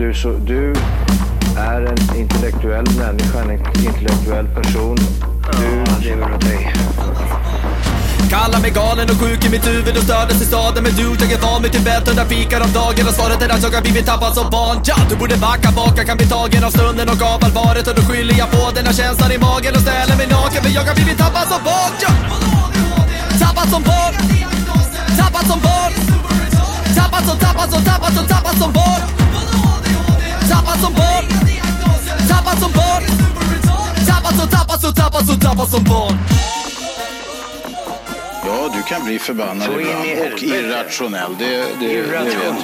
du är en intellektuell människa, en intellektuell person. Du lever åt dig. Kallar mig galen och sjuk i mitt huvud och stördes i staden. Men du, jag är van vid Tibet under fikar om dagen. Och svaret är att jag har blivit tappad som barn. Ja, du borde backa bak, jag kan bli tagen av stunden och av allvaret. Och då skyller jag på den här känslan i magen och ställer mig naken. För jag har blivit tappad som barn. Ja. Tappad som barn. Tappad som barn. Tappad som barn. Tappad som barn. Tappad som barn. Tappad som barn. Ja, du kan bli förbannad ibland och irrationell. Det vet jag.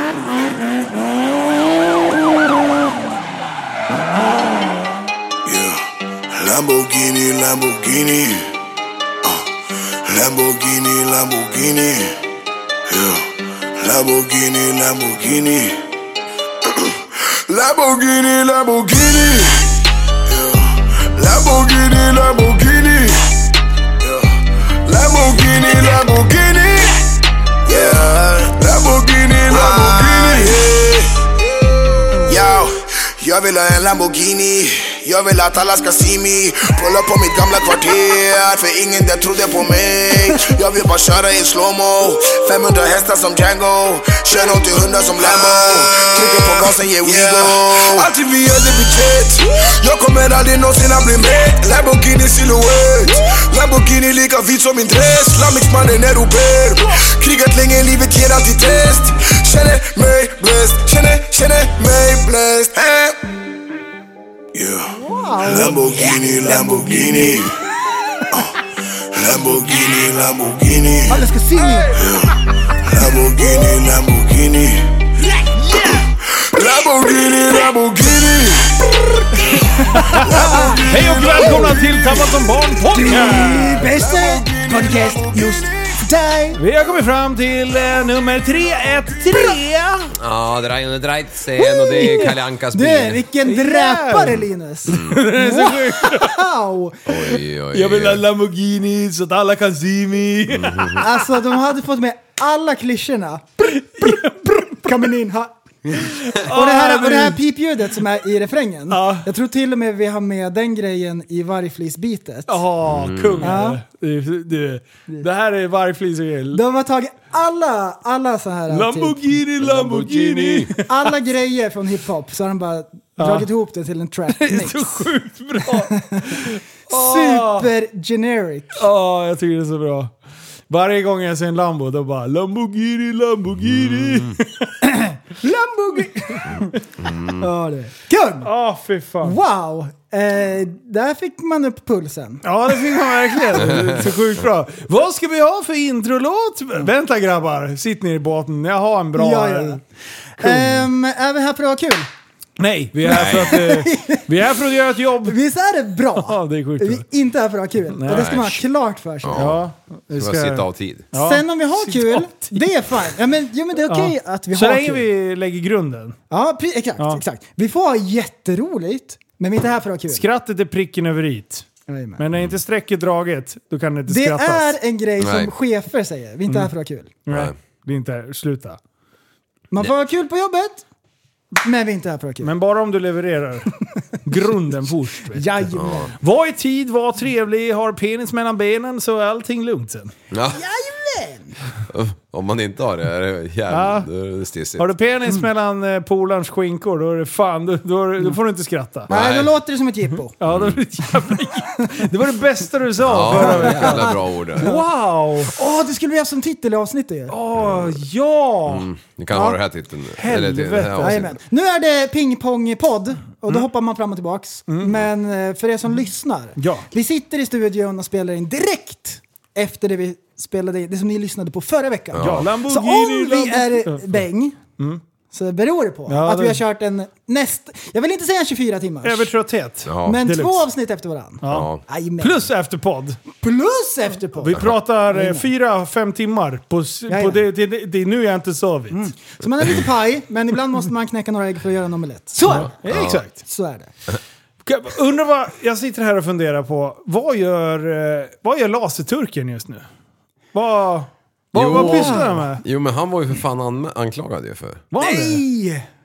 Yeah. Lamborghini. Lamborghini. Yeah. Lamborghini. Lamborghini. Yeah. Lamborghini. Lamborghini. Yeah, Lamborghini. Yo, jag vill ha en Lamborghini. Jag vill att alla ska se mig. Pulla på mitt gamla kvarter, för ingen där trodde på mig. Jag vill bara köra i slow-mo. 500 hästar som Django. Kör 80-100 som Lambo. Trycker på gasen, yeah we go. Alltid vi över budget. Jag kommer aldrig någonsin att bli med. Lamborghini silhouette. Lamborghini lika vit som min dress. Lamix-mannen är Robert. Kriget länge, livet ger alltid test. Känner mig blessed. Känner mig blessed. Yeah. Wow. Lamborghini. Lamborghini. Alla ska se. Yeah. Lamborghini. Hej och välkomna till Tappad som barn podcast. Bästa podcast just för dig. Vi har kommit fram till nummer 313. Ja, det är Dreitsen och det är Kalle Ankas bil. Du, vilken dräpare, Linus. Wow. Oj. Jag vill ha Lamborghini så att alla kan se mig. Alltså, de hade fått med alla klyschorna. Coming in hot. Och det här pipljudet som är i refrängen. Jag tror till och med vi har med den grejen i vargflisbitet. Kung. Det här är vargflis och el. De har tagit alla så här Lamborghini. alla grejer från hiphop, så har de bara dragit ihop det till en track mix. Det är så sjukt bra. Super generic. Jag tycker det är så bra. Varje gång jag ser en Lambo då bara Lamborghini. Lamborghini. Det. Kung! Fy fan. Wow. Där fick man upp pulsen. Ja, det fick man verkligen. Så sjukt bra. Vad ska vi ha för introlåt? Vänta grabbar, sitt ner i båten. Jag har en bra här. Är vi här för att ha kul? Nej, vi är här för att göra ett jobb. Visst är det bra? Ja, det är sjukt. Vi är inte här för att ha kul. Nej. Och det ska man ha klart för sig. Ja, vi ska sitta av tid. Ja. Sen om vi har kul, det är fine. Ja, men det är okej att vi så har länge kul. vi lägger grunden. Ja, exakt. Vi får ha jätteroligt, men vi är inte här för att ha kul. Skrattet är pricken över it. Amen. Men när inte strecket draget, då kan det inte skrattas. Det är en grej som chefer säger. Vi är inte här för att ha kul. Nej, det är inte här. Sluta. Man får ha kul på jobbet, men vi är inte här för att ha kul. Men bara om du levererar grunden först. Jajamän. Var i tid, var trevlig, har penis mellan benen så är allting lugnt sen. Ja. Jajamän! Om man inte har det är det jävligt stissigt. Har du penis mellan polarns skinkor då är det fan, då får du inte skratta. Nej, då låter det som ett jippo. Ja, då är det ett jävla det var det bästa du sa. Ja, jävla bra ord. Wow! Det skulle vi ha som titel i avsnittet ju. Ja! Ni kan ha det här titeln nu. Helvete. Nu är det pingpong-podd och då hoppar man fram och tillbaks. Men för er som lyssnar. Vi sitter i studion och spelar in direkt efter det vi spelade in, det som ni lyssnade på förra veckan. Så om vi är bäng så beror det på att vi har kört jag vill inte säga 24 timmar. Övertrötthet. Men deluxe. 2 avsnitt efter varandra. Plus efterpodd. Vi pratar 4-5 timmar på det är nu jag inte sovit. Så man är lite paj, men ibland måste man knäcka några ägg för att göra en omelett. Exakt. Så är det. Undrar vad jag sitter här och funderar på. Vad gör laserturken just nu? Vad pysslar han med? Jo, men han var ju för fan anklagad ju för. Nej!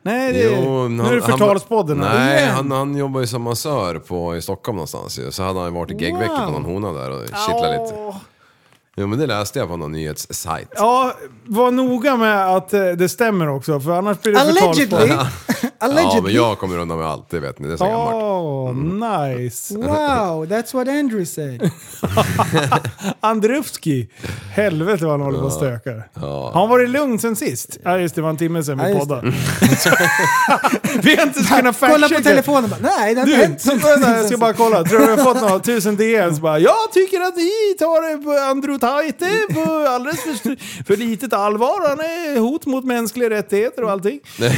Nej, nu är det förtalspodden. Nej, han jobbar ju som massör i Stockholm någonstans. Så hade han varit i geggveckan på någon hona där och kittlat lite. Jo, men det läste jag på någon nyhetssajt. Ja, var noga med att det stämmer också, för annars blir det Allegedly. Ja, men jag kommer undan med allt, det vet ni. Det är så gammalt. Nice. Wow, that's what Andrew said. Andrufski. Helvete vad han håller på och stökar. Han var lugn sen sist. Ja, just det, var en timme sen vi poddade. Vi har inte kunnat fact-checka. Kolla på telefonen bara, nej, det har inte hänt. Jag ska bara kolla. Tror du vi har fått några 1000 DMs bara, jag tycker att ni tar det på Andrew Tate på alldeles för litet allvar. Han är hot mot mänskliga rättigheter och allting.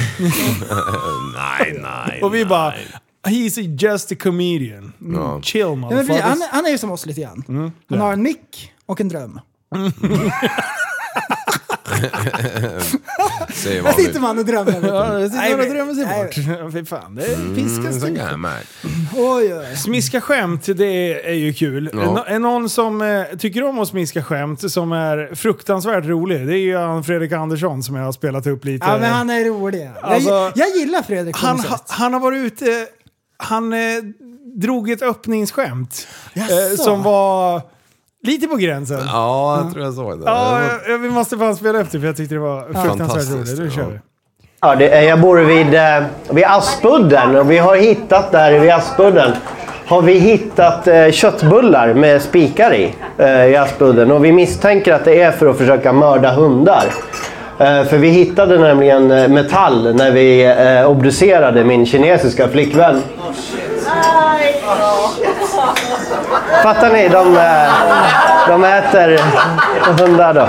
Nej. Och vi bara, he's just a comedian. Chill, motherfuckers. Han är ju som oss lite grann. Han har en mick och en dröm. Där sitter man och drömmer. Ja, det sitter man och drömmer sig bort. Fy fan, det är piskas. Smiska skämt, det är ju kul. Är någon som tycker om att smiska skämt som är fruktansvärt rolig? Det är ju han Fredrik Andersson som jag har spelat upp lite. Ja, men han är rolig. Alltså, jag gillar Fredrik. Han har varit ute... Han drog ett öppningsskämt som var... Lite på gränsen. Ja, jag tror jag såg det. Ja, vi måste bara spela efter för jag tyckte det var fruktansvärt roligt. Nu kör vi. Ja, jag bor vid Aspudden och vi har hittat där vid Aspudden har vi hittat köttbullar med spikar i Aspudden och vi misstänker att det är för att försöka mörda hundar. För vi hittade nämligen metall när vi obducerade min kinesiska flickvän. Fattar ni? De äter hundar då.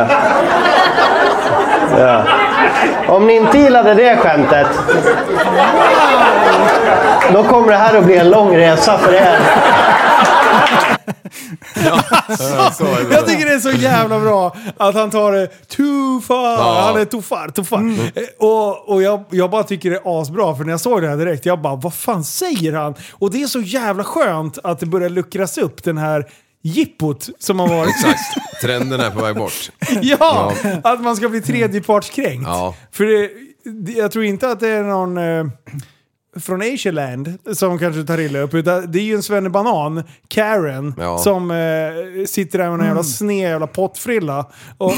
Ja. Om ni inte gillade det skämtet, då kommer det här att bli en lång resa för er. Jag tycker det är så jävla bra att han tar det han är tuffar. Och jag bara tycker det är asbra, för när jag såg det här direkt, jag bara, vad fan säger han? Och det är så jävla skönt att det börjar luckras upp, den här jippot som har varit. Exakt, trenden är på väg bort. Ja, att man ska bli tredjepartskränkt. Ja. För jag tror inte att det är någon... från Asialand som kanske tar illa upp, utan det är ju en svennebanan, Karen, som sitter där med en jävla jävla pottfrilla och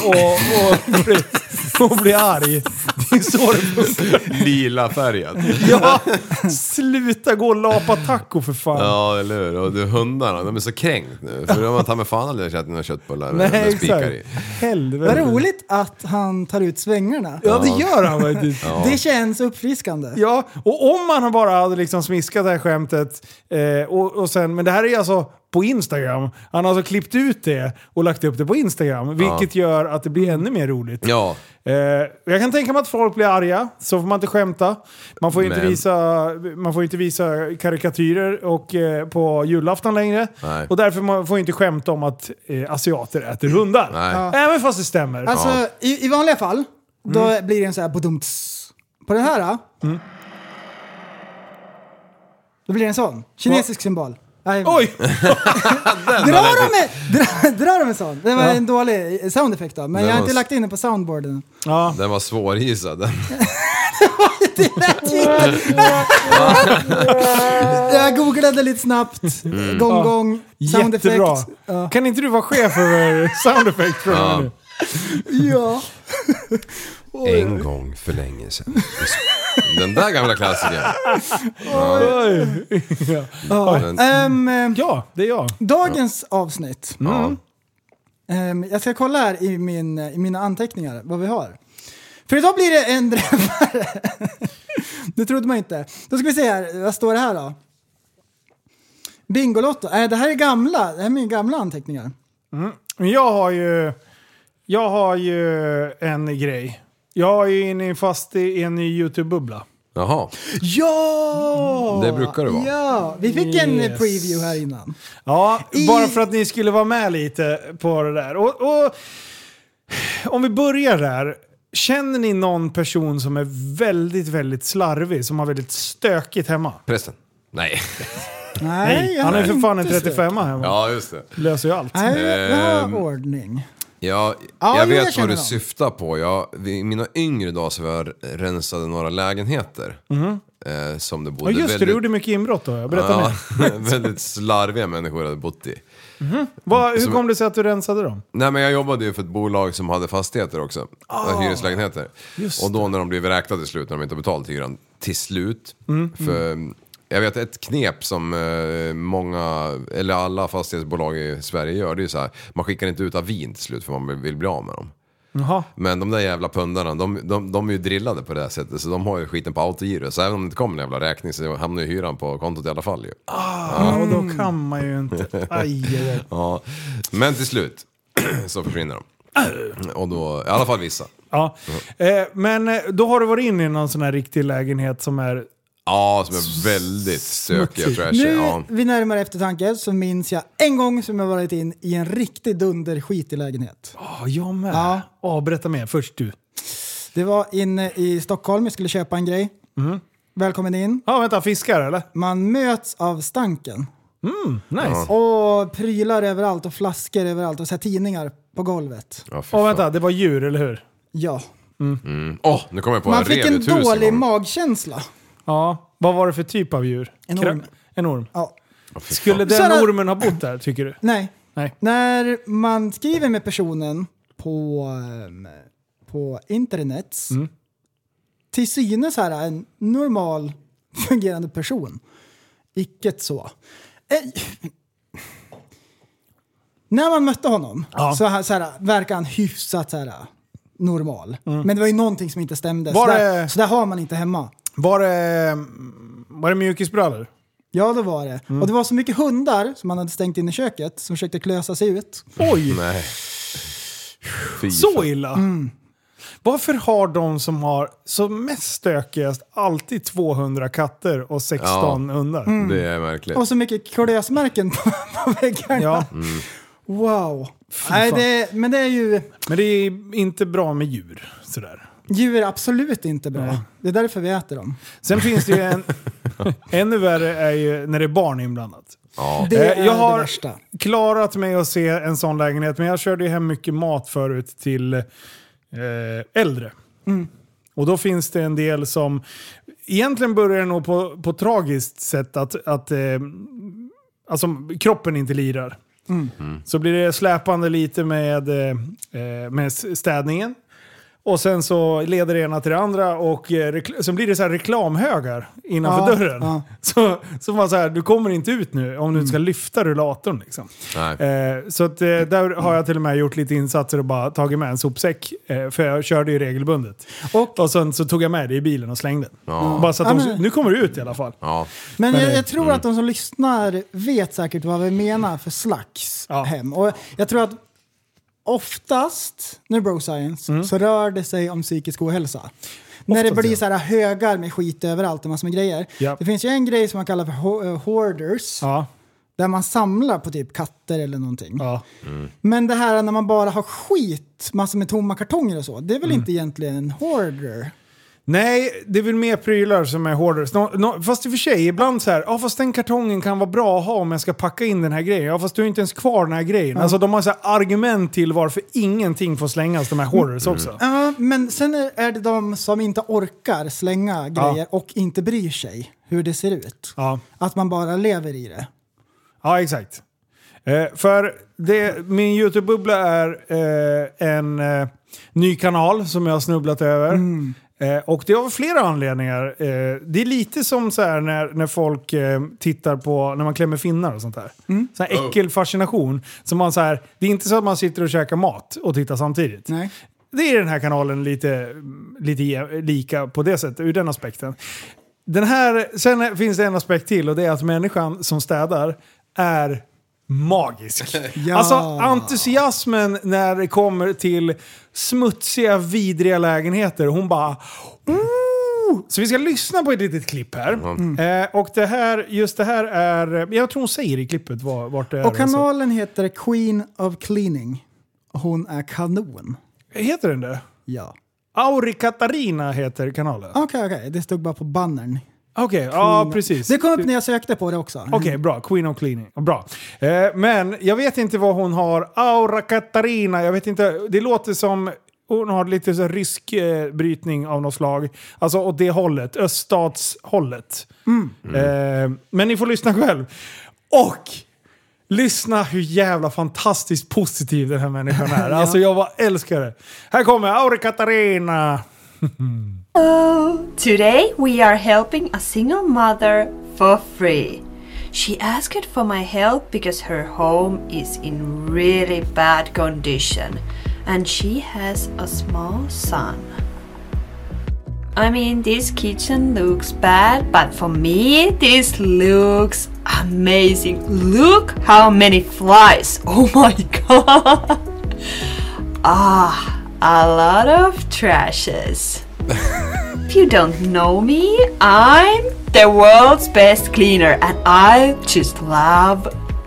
blir arg. Det är så det lila färgad. Ja, sluta gå och lapa taco för fan. Ja, eller hur? Och du, hundarna, de är så kränkt nu. För de har tagit med fan aldrig käkat några köttbullar med spikar i. Helvete. Vad roligt att han tar ut svängarna. Ja, det gör han faktiskt. Ja. Det känns uppfriskande. Ja, och om man bara hade liksom smiskat det här skämtet och sen, men det här är alltså på Instagram. Han har alltså klippt ut det och lagt upp det på Instagram, vilket gör att det blir ännu mer roligt. Ja. Jag kan tänka mig att folk blir arga, så får man inte skämta. Man får inte visa karikatyrer och på julafton längre. Nej. Och därför man får inte skämta om att asiater äter hundar. Nej. Även fast det stämmer. Alltså i vanliga fall då blir det en så här bodumts. På den här då blir det en sån kinesisk symbol. Oj! Drar de en sån. Det var en dålig soundeffekt då, men jag har inte lagt in den på soundboarden. Ja. Den var svårgissad. Jag googlade lite snabbt. Gång soundeffekt. Jättebra. Kan inte du vara chef över soundeffekt från nu? Ja. En gång för länge sedan. Den där gamla klassikern. Ja, det är jag. Dagens avsnitt. Jag ska kolla här i mina anteckningar vad vi har. För idag blir det en drömmare. Det trodde man inte. Då ska vi se här. Vad står det här då? Bingolotto. Det här är gamla. Det här är mina gamla anteckningar. Jag har ju en grej. Jag är inne fast i en ny YouTube-bubbla. Jaha. Ja! Det brukar det vara. Ja, vi fick en preview här innan. Ja, bara för att ni skulle vara med lite på det där. Och om vi börjar där. Känner ni någon person som är väldigt, väldigt slarvig, som har väldigt stökigt hemma? Prästen? Nej. Nej, han är för fan en 35 hemma. Ja, just det. Löser ju allt. Nej, jag har ordning. Ja, jag vet vad du syftar på. I mina yngre dagar så var jag rensade några lägenheter. Som det bodde. Ja just det, du gjorde mycket inbrott då. Berätta mer. Väldigt slarviga människor hade bott i. Hur kom det sig att du rensade dem? Nej, men jag jobbade ju för ett bolag som hade fastigheter också. Hyreslägenheter. Och då när de blev vräkta till slut, när de inte betalt hyran till slut. För jag vet ett knep som många, eller alla fastighetsbolag i Sverige gör, det är så här: man skickar inte ut avin till slut för man vill bli av med dem. Jaha. Men de där jävla pundarna, de är ju drillade på det här sättet, så de har ju skiten på autogiro. Så även om det inte kommer en jävla räkning så hamnar ju hyran på kontot i alla fall ju. Och då kan man ju inte. Ja. Men till slut så försvinner de. Och då, i alla fall vissa. Ja. Men då har du varit in i någon sån här riktig lägenhet som är... Ja, som är väldigt stökig och trashig. Nu, vid närmare eftertanke, så minns jag en gång som jag varit in i en riktig dunderskit i lägenhet. Jag med. Berätta mer, först du. Det var inne i Stockholm, jag skulle köpa en grej. Välkommen in. Vänta, fiskar eller? Man möts av stanken. Nice. Och prylar överallt och flaskor överallt och så här tidningar på golvet. Vänta, det var djur, eller hur? Ja. Nu kommer jag på man fick en dålig magkänsla. Ja, vad var det för typ av djur? En orm. Ja. Skulle den ormen ha bott där, tycker du? Nej. När man skriver med personen på internet, till synes här en normal fungerande person. Icke så. När man mötte honom så här, verkar han hyfsat så här, normal. Men det var ju någonting som inte stämde. Så där har man inte hemma. Var det mjukisbrallor? Ja, det var det. Och det var så mycket hundar som man hade stängt in i köket som försökte klösa sig ut. Oj! Nej. Så illa? Varför har de som har så mest stökigast alltid 200 katter och 16 hundar? Det är märkligt. Och så mycket klösmärken på väggarna. Ja. Wow. Nej, men det är ju... Men det är inte bra med djur, sådär. Djur är absolut inte bra. Det är därför vi äter dem. Sen finns det ju ännu värre är ju när det är barn inblandat. Ja. Det är jag har det värsta. Klarat mig att se en sån lägenhet, men jag körde ju hem mycket mat förut till äldre. Och då finns det en del som egentligen börjar nog på tragiskt sätt att alltså kroppen inte lirar. Så blir det släpande lite med städningen. Och sen så leder det ena till det andra och så blir det så här reklamhögar innanför dörren. Så man så här, du kommer inte ut nu om du ska lyfta rullatorn liksom. Så att, där har jag till och med gjort lite insatser och bara tagit med en sopsäck, för jag körde ju regelbundet. Och sen så tog jag med det i bilen och slängde. Bara så att nu kommer det ut i alla fall. Men jag tror att de som lyssnar vet säkert vad vi menar för slags hem. Och jag tror att oftast när bro science så rör det sig om psykisk ohälsa. När det blir så här högar med skit överallt och massor med grejer. Det finns ju en grej som man kallar för hoarders. Där man samlar på typ katter eller någonting. Men det här när man bara har skit, massor med tomma kartonger och så. Det är väl inte egentligen en hoarder? Nej, det är väl mer prylar som är hoarders. Fast i och för sig, ibland så här, fast den kartongen kan vara bra att ha om jag ska packa in den här grejen. Fast du är inte ens kvar den här grejen. Alltså de har så här argument till varför ingenting får slängas, de här hoarders också. Ja, men sen är det de som inte orkar slänga grejer och inte bryr sig hur det ser ut. Att man bara lever i det. Ja, exakt. För min YouTube-bubbla är en ny kanal som jag har snubblat över. Och det har flera anledningar. Det är lite som så här när folk tittar på när man klämmer finnar och sånt där. Så här äckelfascination. Som man så här, det är inte så att man sitter och käkar mat och tittar samtidigt. Nej. Det är den här kanalen lite lika på det sättet, ur den aspekten. Sen finns det en aspekt till, och det är att människan som städar är magisk. Alltså entusiasmen när det kommer till smutsiga, vidriga lägenheter. Hon bara... Så vi ska lyssna på ett litet klipp här. Och just det här är... Jag tror hon säger i klippet vart det är. Och kanalen heter Queen of Cleaning. Hon är kanon. Heter den det? Ja. Auri Katarina heter kanalen. Okej. Det stod bara på bannern. Okej, ja precis. Det kom upp när jag sökte på det också. Okej, bra. Queen of Cleaning. Bra. Men jag vet inte vad hon har. Aura Katarina, jag vet inte. Det låter som hon har lite så rysk brytning av något slag. Alltså åt det hållet. Öststatshållet. Men ni får lyssna själv. Och lyssna hur jävla fantastiskt positiv den här människan är. Alltså jag bara älskar det. Här kommer Aura Katarina. Today we are helping a single mother for free. She asked for my help because her home is in really bad condition and she has a small son. I mean, this kitchen looks bad, but for me this looks amazing. Look how many flies. Oh my god. A lot of trashes. If you don't know me, I'm the world's best cleaner and I just love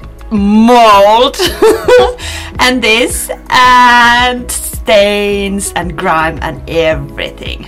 mold and this and stains and grime and everything.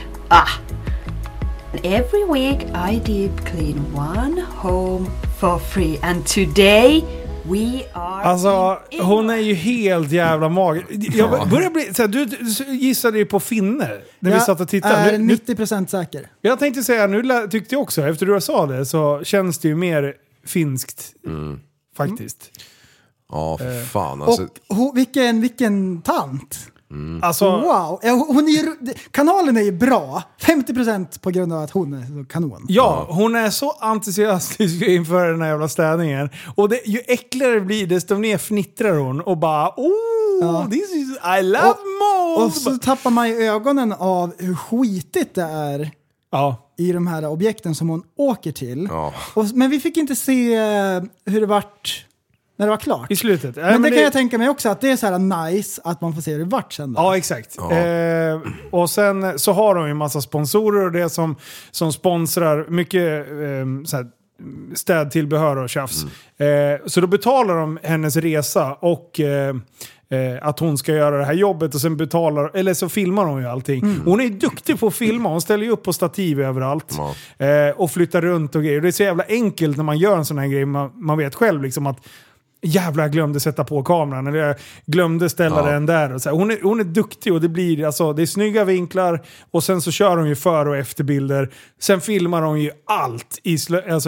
Every week I deep clean one home for free and today we are... Alltså, hon är ju helt jävla mag. Jag börjar bli... Så här, du gissade ju på finner när vi satt och tittade. Jag är 90% säker. Jag tänkte säga, nu tyckte jag också, efter du sa det så känns det ju mer finskt faktiskt. Ja, för fan. Alltså. Och vilken tant. Alltså, wow, kanalen är ju bra. 50% på grund av att hon är så kanon. Ja, hon är så entusiastisk inför den här jävla städningen. Och ju äckligare det blir, desto mer fnittrar hon och bara this is, I love mold. Och så tappar man ju ögonen av hur skitigt det är i de här objekten som hon åker till. Men vi fick inte se hur det vart när det var klart. I slutet. Men det kan jag tänka mig också att det är så här nice att man får se hur det vart sen då. Ja, exakt. Och sen så har de ju en massa sponsorer och det som sponsrar mycket så här, städtillbehör och tjafs. Så då betalar de hennes resa och att hon ska göra det här jobbet och sen eller så filmar hon ju allting. Hon är duktig på att filma, hon ställer ju upp på stativ överallt och flyttar runt och grejer. Det är så jävla enkelt när man gör en sån här grej, man vet själv liksom att jävlar, jag glömde sätta på kameran eller jag glömde ställa den där och så här. Hon är duktig och det blir alltså, det är snygga vinklar och sen så kör hon ju för- och efterbilder. Sen filmar hon ju allt i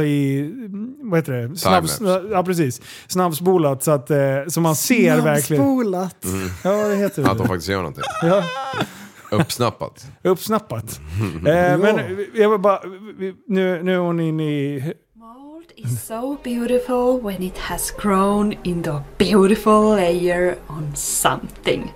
vad heter det? Precis. Snabbspolat så att så man ser verkligen. Snabbspolat. Ja, det heter det. Att de faktiskt gör någonting. Ja. Uppsnappat. Men jag vill bara nu är hon inne i is so beautiful when it has grown into a beautiful layer on something.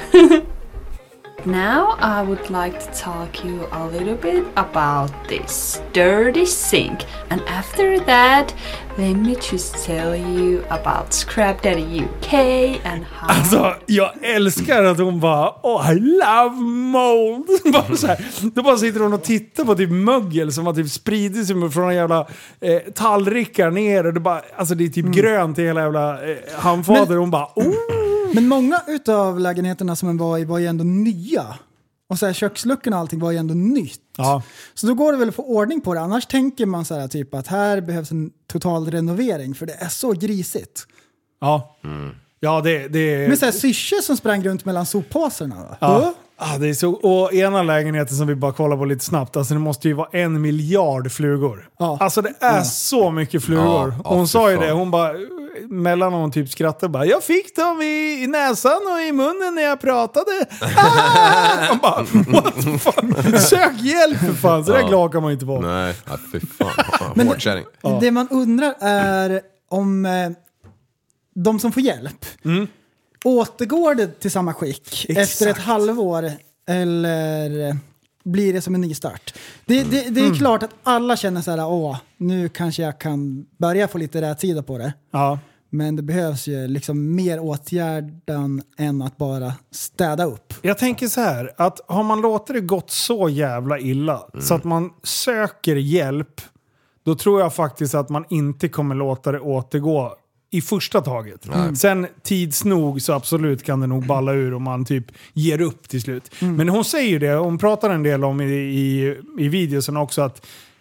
Now I would like to talk you a little bit about this dirty sink, and after that let me just tell you about Scrap Daddy UK and how... Alltså, jag älskar att hon bara I love mold. Bara så här. Då bara sitter hon och tittar på typ mögel som har typ spridit sig från en jävla tallrikar ner och det bara, alltså det är typ grönt i hela jävla handfader. Hon bara Men många utav lägenheterna som var ju ändå nya. Och så här, köksluckorna och allting var ju ändå nytt. Ja. Så då går det väl att få ordning på det. Annars tänker man så här typ att här behövs en total renovering. För det är så grisigt. Ja. Ja, det är... Men så här syrse som sprang runt mellan soppåsarna. Va? Ja. Det är så, och ena lägenheten som vi bara kollar på lite snabbt, alltså det måste ju vara 1 miljard flugor. Alltså det är så mycket flugor. Hon sa ju det, hon bara mellan hon typ skrattade bara, jag fick dem i näsan och i munnen när jag pratade. Han bara, what the fuck? Sök hjälp för fan, så där glad kan man inte vara. Nej, fy fan. Men det man undrar är om de som får hjälp återgår det till samma skick efter ett halvår eller blir det som en ny start? Det är klart att alla känner så här, nu kanske jag kan börja få lite rätt sida på det. Ja. Men det behövs ju liksom mer åtgärdan än att bara städa upp. Jag tänker så här, att har man låtit det gått så jävla illa så att man söker hjälp, då tror jag faktiskt att man inte kommer låta det återgå i första taget. Sen tids nog så absolut kan det nog balla ur om man typ ger upp till slut. Men hon säger det, hon pratar en del om i videosen också att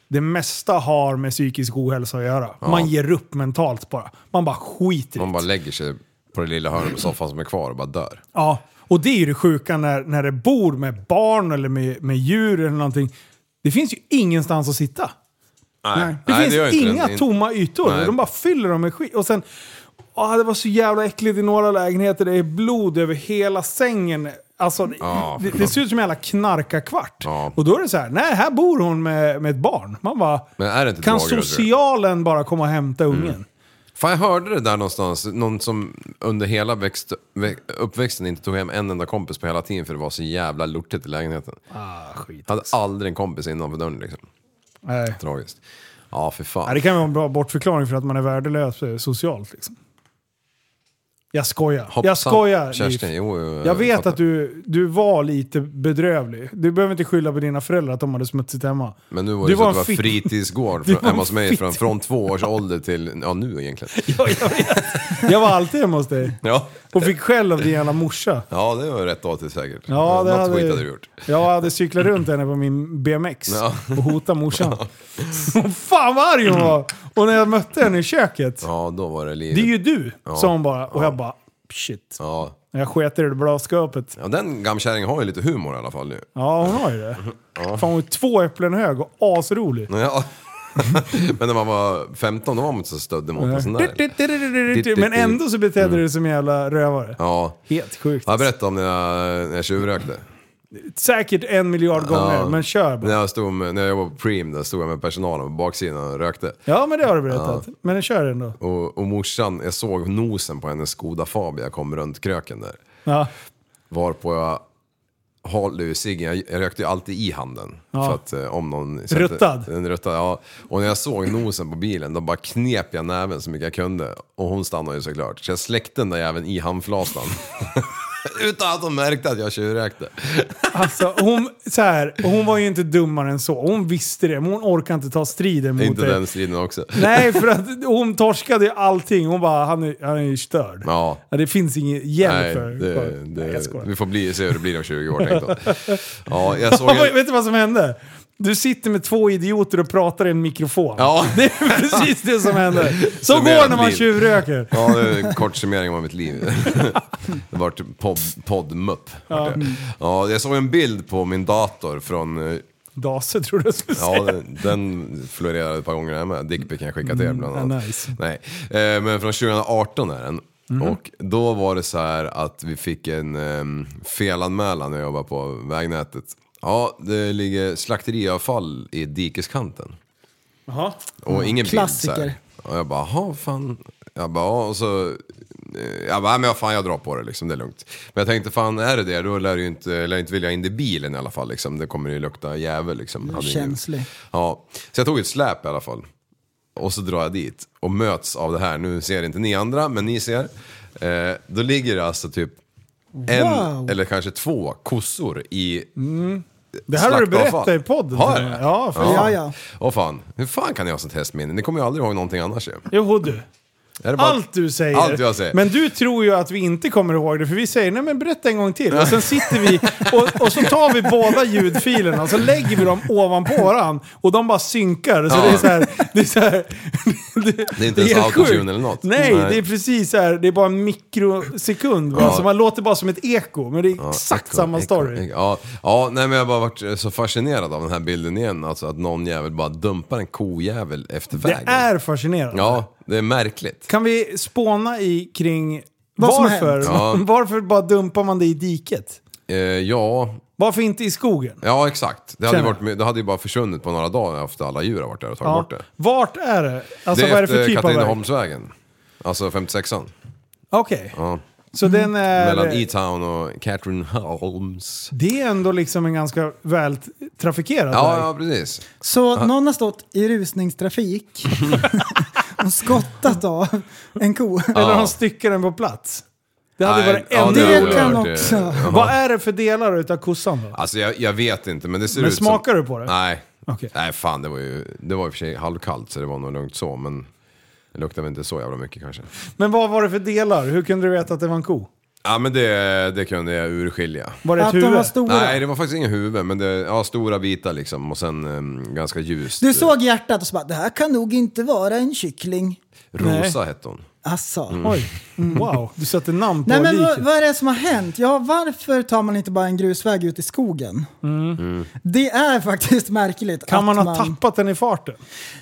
det mesta har med psykisk ohälsa att göra. Man ger upp mentalt bara. Man bara skiter i det. Man bara lägger sig på det lilla hörnet på soffan som är kvar och bara dör. Ja, och det är ju det sjuka när det bor med barn eller med djur eller någonting. Det finns ju ingenstans att sitta. Nej. Det finns det inga tomma ytor. Nej. De bara fyller dem med skit. Och sen, det var så jävla äckligt i några lägenheter. Det är blod över hela sängen. Alltså, det ser ut som en jävla knarkarkvart. Ja. Och då är det så här, nej, här bor hon med ett barn. Man bara, men är det inte kan droger, socialen bara komma och hämta ungen? Fan, jag hörde det där någonstans. Någon som under hela uppväxten inte tog hem en enda kompis på hela tiden för det var så jävla lortigt i lägenheten. Skit. Hade aldrig en kompis innanför dörren liksom. Nej. Tragiskt. Ja, för fan. Ja, det kan vara en bra bortförklaring för att man är värdelös socialt liksom. Jag skojar. Hoppsan. Jag skojar. Kerstin, jag vet att du var lite bedrövlig. Du behöver inte skylla på dina föräldrar att de hade smutsigt hemma. Men nu var det så att det var fritidsgård hemma hos mig från 2 års ålder till nu egentligen. Ja, jag vet. Jag var alltid hemma hos dig. Ja. Och fick skäll av din jävla morsa. Ja, det var rätt åt säkert. Ja, det något skit hade du gjort. Jag hade cyklat runt henne på min BMX och hotat morsan. Ja. Fan vad arg hon var! Och när jag mötte henne i köket. Ja, då var det livet. Det är ju du, sa hon bara. Och jag bara, shit. Ja. Jag sket i det blå skåpet. Ja, den gamkärringen har ju lite humor i alla fall nu. Ja, hon har ju det. Fan, hon är 2 äpplen hög och asrolig. Ja. Men när man var 15 då var man inte så stödd mot en sån där. Men ändå så betedde du som en jävla rövare. Ja. Helt sjukt. Jag berättade om när jag tjuvrökte. Säkert 1 miljard gånger, men kör bara. När jag jobbade på Preem, där stod jag med personalen på baksidan och rökte. Ja, men det har du berättat. Men kör ändå. Och morsan, jag såg nosen på hennes Skoda Fabia kom runt kröken där. Ja. Varpå jag håller ju ciggen, jag rökte ju alltid i handen. Ja. För att om någon... Ruttad? Ja. Och när jag såg nosen på bilen, då bara knep jag näven så mycket jag kunde. Och hon stannade ju såklart. Så jag släckte den där jäveln i handflastan. Utan att hon märkte att jag tjuvrökte. Alltså, hon var ju inte dummare än så. Hon visste det, men hon orkade inte ta striden mot inte det. Den striden också. Nej, för att hon torskade allting. Hon bara, han är ju störd. Ja. Det finns ingen hjälp Nej, för. vi får se hur det blir om 20 år, tänkte jag. Ja, jag såg Vet du vad som hände? Du sitter med 2 idioter och pratar i en mikrofon. Ja. Det är precis det som händer. Så går det när man tjuvröker. Ja, det är en kort summering av mitt liv. Det var typ poddmupp. Ja, jag såg en bild på min dator från... Dase tror du skulle säga. Ja, den florerade ett par gånger hemma. Dickpic kan jag skicka till er bland annat. Nice. Nej. Men från 2018 är den. Och då var det så här att vi fick en felanmälan när jag jobbade på vägnätet. Ja, det ligger slakteriavfall i dikeskanten. Jaha. Och ingen klassiker. bild så här. Och jag bara, fan. Jag bara, och så... Jag bara, men fan, jag drar på det liksom, det är lugnt. Men jag tänkte, fan, är det då lär du inte vilja in i bilen i alla fall liksom. Det kommer ju lukta jävel liksom. Känslig. Ja, så jag tog ett släp i alla fall. Och så drar jag dit och möts av det här. Nu ser inte ni andra, men ni ser. Då ligger det alltså typ en eller kanske 2 kossor i det här har du berättat i podden. Har jag? Ja. Åh fan, hur fan kan jag ha sånt hästminne? Ni kommer ju aldrig ihåg någonting annars ju. Jo, du. Allt du säger. Allt jag säger. Men du tror ju att vi inte kommer ihåg det, för vi säger nej men berätta en gång till. Och sen sitter vi och så tar vi båda ljudfilerna och så lägger vi dem ovanpå varann och de bara synkar. Så det är så här, det är inte ens autotune eller något. Nej, det är precis så här, det är bara en mikrosekund. Så man låter bara som ett eko, men det är exakt samma story. Ja, nej, men jag har bara varit så fascinerad av den här bilden igen. Alltså att någon jävel bara dumpar en kojävel efter vägen. Det är fascinerande. Ja, det är märkligt. Kan vi spåna kring vad som varför? Ja. Varför bara dumpar man det i diket? Ja. Varför inte i skogen? Ja, exakt. Det hade ju bara försvunnit på några dagar efter alla djur har varit där och tagit bort det. Vart är det? Alltså, det är vad är det för typ av väg? Katrineholmsvägen. Alltså 56an. Okej. Ja. Så den är... Mellan E-Town och Katrineholms. Det är ändå liksom en ganska väl trafikerad väg. Ja, precis. Så någon har stått i rusningstrafik och skottat av en ko. Eller han styckar den på plats. Det hade varit ännu roligare. Det kan också. Vad är det för delar utav kossan då? Alltså jag vet inte, men det ser men ut smakar som... du på det? Nej. Okay. Nej, fan, det var ju i och för sig halvkallt så det var nog lugnt så, men det luktade väl inte så jävla mycket kanske. Men vad var det för delar? Hur kunde du veta att det var en ko? Ja, men det kunde jag urskilja. Var det ett Att huvud? de var stora. Nej, det var faktiskt ingen huvud, men stora bitar liksom. Och sen ganska ljust. Du såg hjärtat och så bara, det här kan nog inte vara en kyckling. Rosa hette hon. Asså. Oj, wow. Du satte namn på Nej, men liket. vad är det som har hänt? Ja, varför tar man inte bara en grusväg ut i skogen? Det är faktiskt märkligt. Kan att man ha tappat den i farten?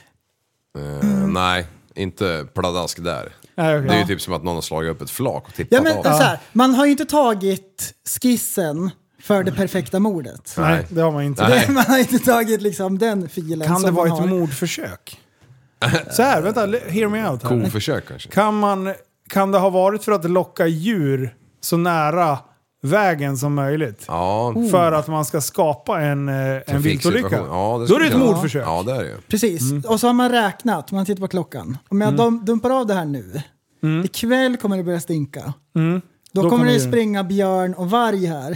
Nej, inte pladask där. Nej, okay. Det är ju typ som att någon har slagit upp ett flak och tippat Ja, men av. så här, man har ju inte tagit skissen för det perfekta mordet. Nej, det har man inte. Nej. Man har inte tagit liksom den filen. Kan som det vara man ett har. mordförsök? Så här, vänta, hear me out här. Koförsök kanske. Kan det ha varit för att locka djur så nära vägen som möjligt? Ja. För att man ska skapa en viltolycka? Ja, då är det ett mordförsök. Ja, det är det ju. Precis, och så har man räknat, man tittar på klockan. Om jag dumpar av det här nu, ikväll kommer det börja stinka. Då kommer det springa björn och varg här.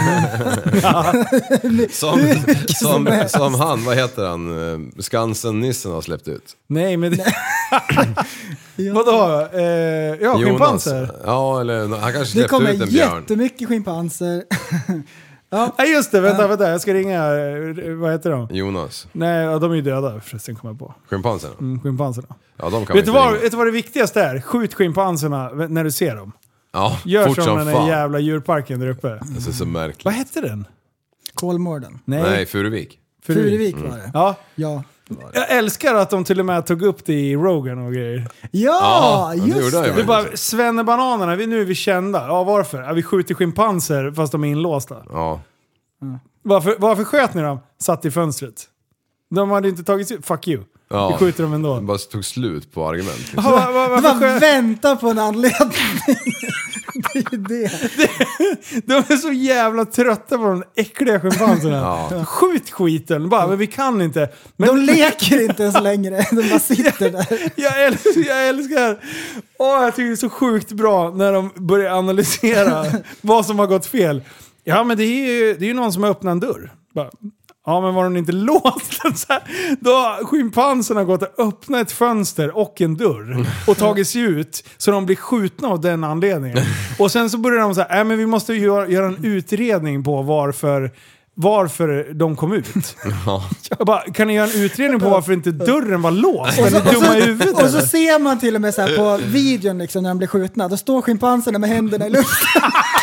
som han, vad heter han? Skansen-nissen har släppt ut. Nej, men det... Vadå? Ja, schimpanser. Ja, eller han kanske Det släppte kommer ut en björn. jättemycket schimpanser. Nej, just det. Vänta. Jag ska ringa... Vad heter de? Jonas. Nej, ja, de är ju döda förresten, kommer jag på. Schimpanserna? Schimpanserna. Ja, de kan Vet du vad det viktigaste är? Skjut schimpanserna när du ser dem. Ja, Gör fort som den fan. där jävla djurparken där uppe. Det är så märkligt. Vad hette den? Kolmården. Nej, Furuvik. Furuvik var det. Ja. Ja. Jag älskar att de till och med tog upp det i Rogan och grejer. Ja, det just gjorde jag det. ju. Det är bara, svennebananerna, nu är vi kända. Ja, varför? Ja, vi skjuter schimpanser fast de är inlåsta. Ja. Varför sköt ni dem? Satt i fönstret. De hade inte tagit sig... Fuck you. Ja. Vi skjuter dem ändå. Det bara tog slut på argument. Liksom. Det var vänta på en anledning. Det är ju det. De är så jävla trötta på de äckliga schimpanserna. Ja. Skjut skiten. Bara, men vi kan inte. Men De leker inte ens längre. De bara sitter där. Jag älskar. Jag tycker det är så sjukt bra när de börjar analysera vad som har gått fel. Ja, men det är ju någon som har öppnat en dörr. Bara, ja, men var den inte låst? Så här, då har schimpanserna gått och öppnat ett fönster och en dörr och tagit sig ut så de blir skjutna av den anledningen. Och sen så börjar de säga, men vi måste göra en utredning på varför de kom ut. Jag bara, kan ni göra en utredning på varför inte dörren var låst? Är ni dumma i huvudet? Och så ser man till och med så här på videon liksom, när de blir skjutna. Då står schimpanserna med händerna i luften.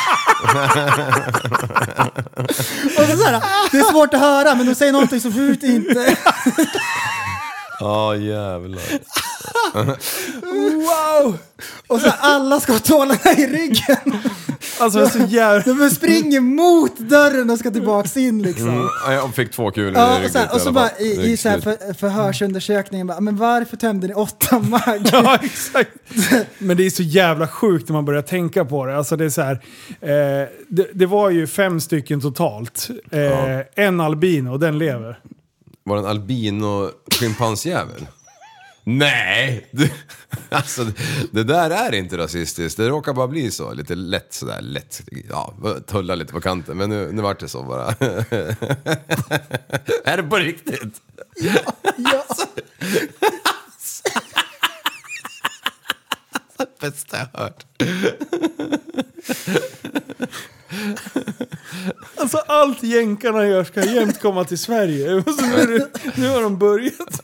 Och så här, det är svårt att höra, men de säger någonting så förut inte. Ja, jävlar. Wow! Och så här, alla ska ha tålarna i ryggen. Alltså så jävla... De springer mot dörren och ska tillbaka in liksom. Jag fick 2 kulor Ja, i ryggen. och så bara i så här förhörsundersökningen bara, men varför tömde ni 8 mag? Ja, exakt. Men det är så jävla sjukt när man börjar tänka på det. Alltså det är så här, det var ju 5 stycken totalt. En albino och den lever. Var det en albino-schimpansjävel? Nej! Alltså, det där är inte rasistiskt. Det råkar bara bli så. Lite lätt sådär. Lätt. Ja, tulla lite på kanten. Men nu vart det så bara. Är det på riktigt? Ja. Bästa jag hört. Alltså allt jänkarna gör ska jämt komma till Sverige. Och så nu har de börjat.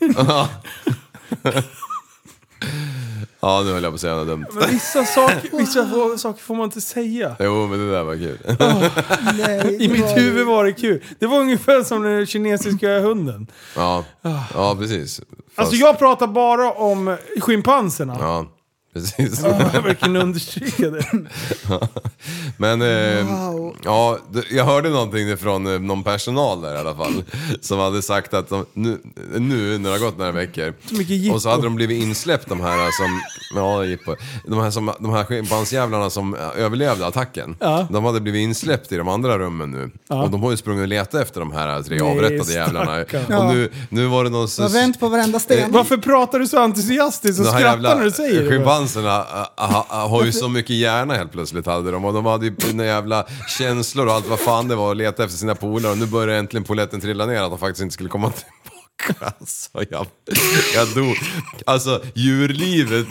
Ja, nu höll jag på att säga något dumt. Men vissa saker får man inte säga. Jo, men det där var kul. Nej, I mitt huvud var det kul. Det var ungefär som den kinesiska hunden. Ja, precis. Fast... Alltså jag pratar bara om schimpanserna. Ja, precis. Jag verkligen understryka det. Men ja, jag hörde någonting från någon personal där i alla fall som hade sagt att nu när det har gått några veckor och så hade de blivit insläppt de här som de här schimpansjävlarna som överlevde attacken. De hade blivit insläppt i de andra rummen nu och de har ju sprungit och letat efter de här 3 avrättade jävlarna. Och nu var det någon så... Jag har vänt på varenda sten. Varför pratar du så entusiastiskt och skrattar när du säger det? Schimpanserna har ju så mycket hjärna helt plötsligt hade de. Och de hade ju några jävla känslor och allt vad fan det var att leta efter sina polare. Och nu börjar äntligen poletten trilla ner att de faktiskt inte skulle komma tillbaka. Alltså, jag dog. Alltså, djurlivet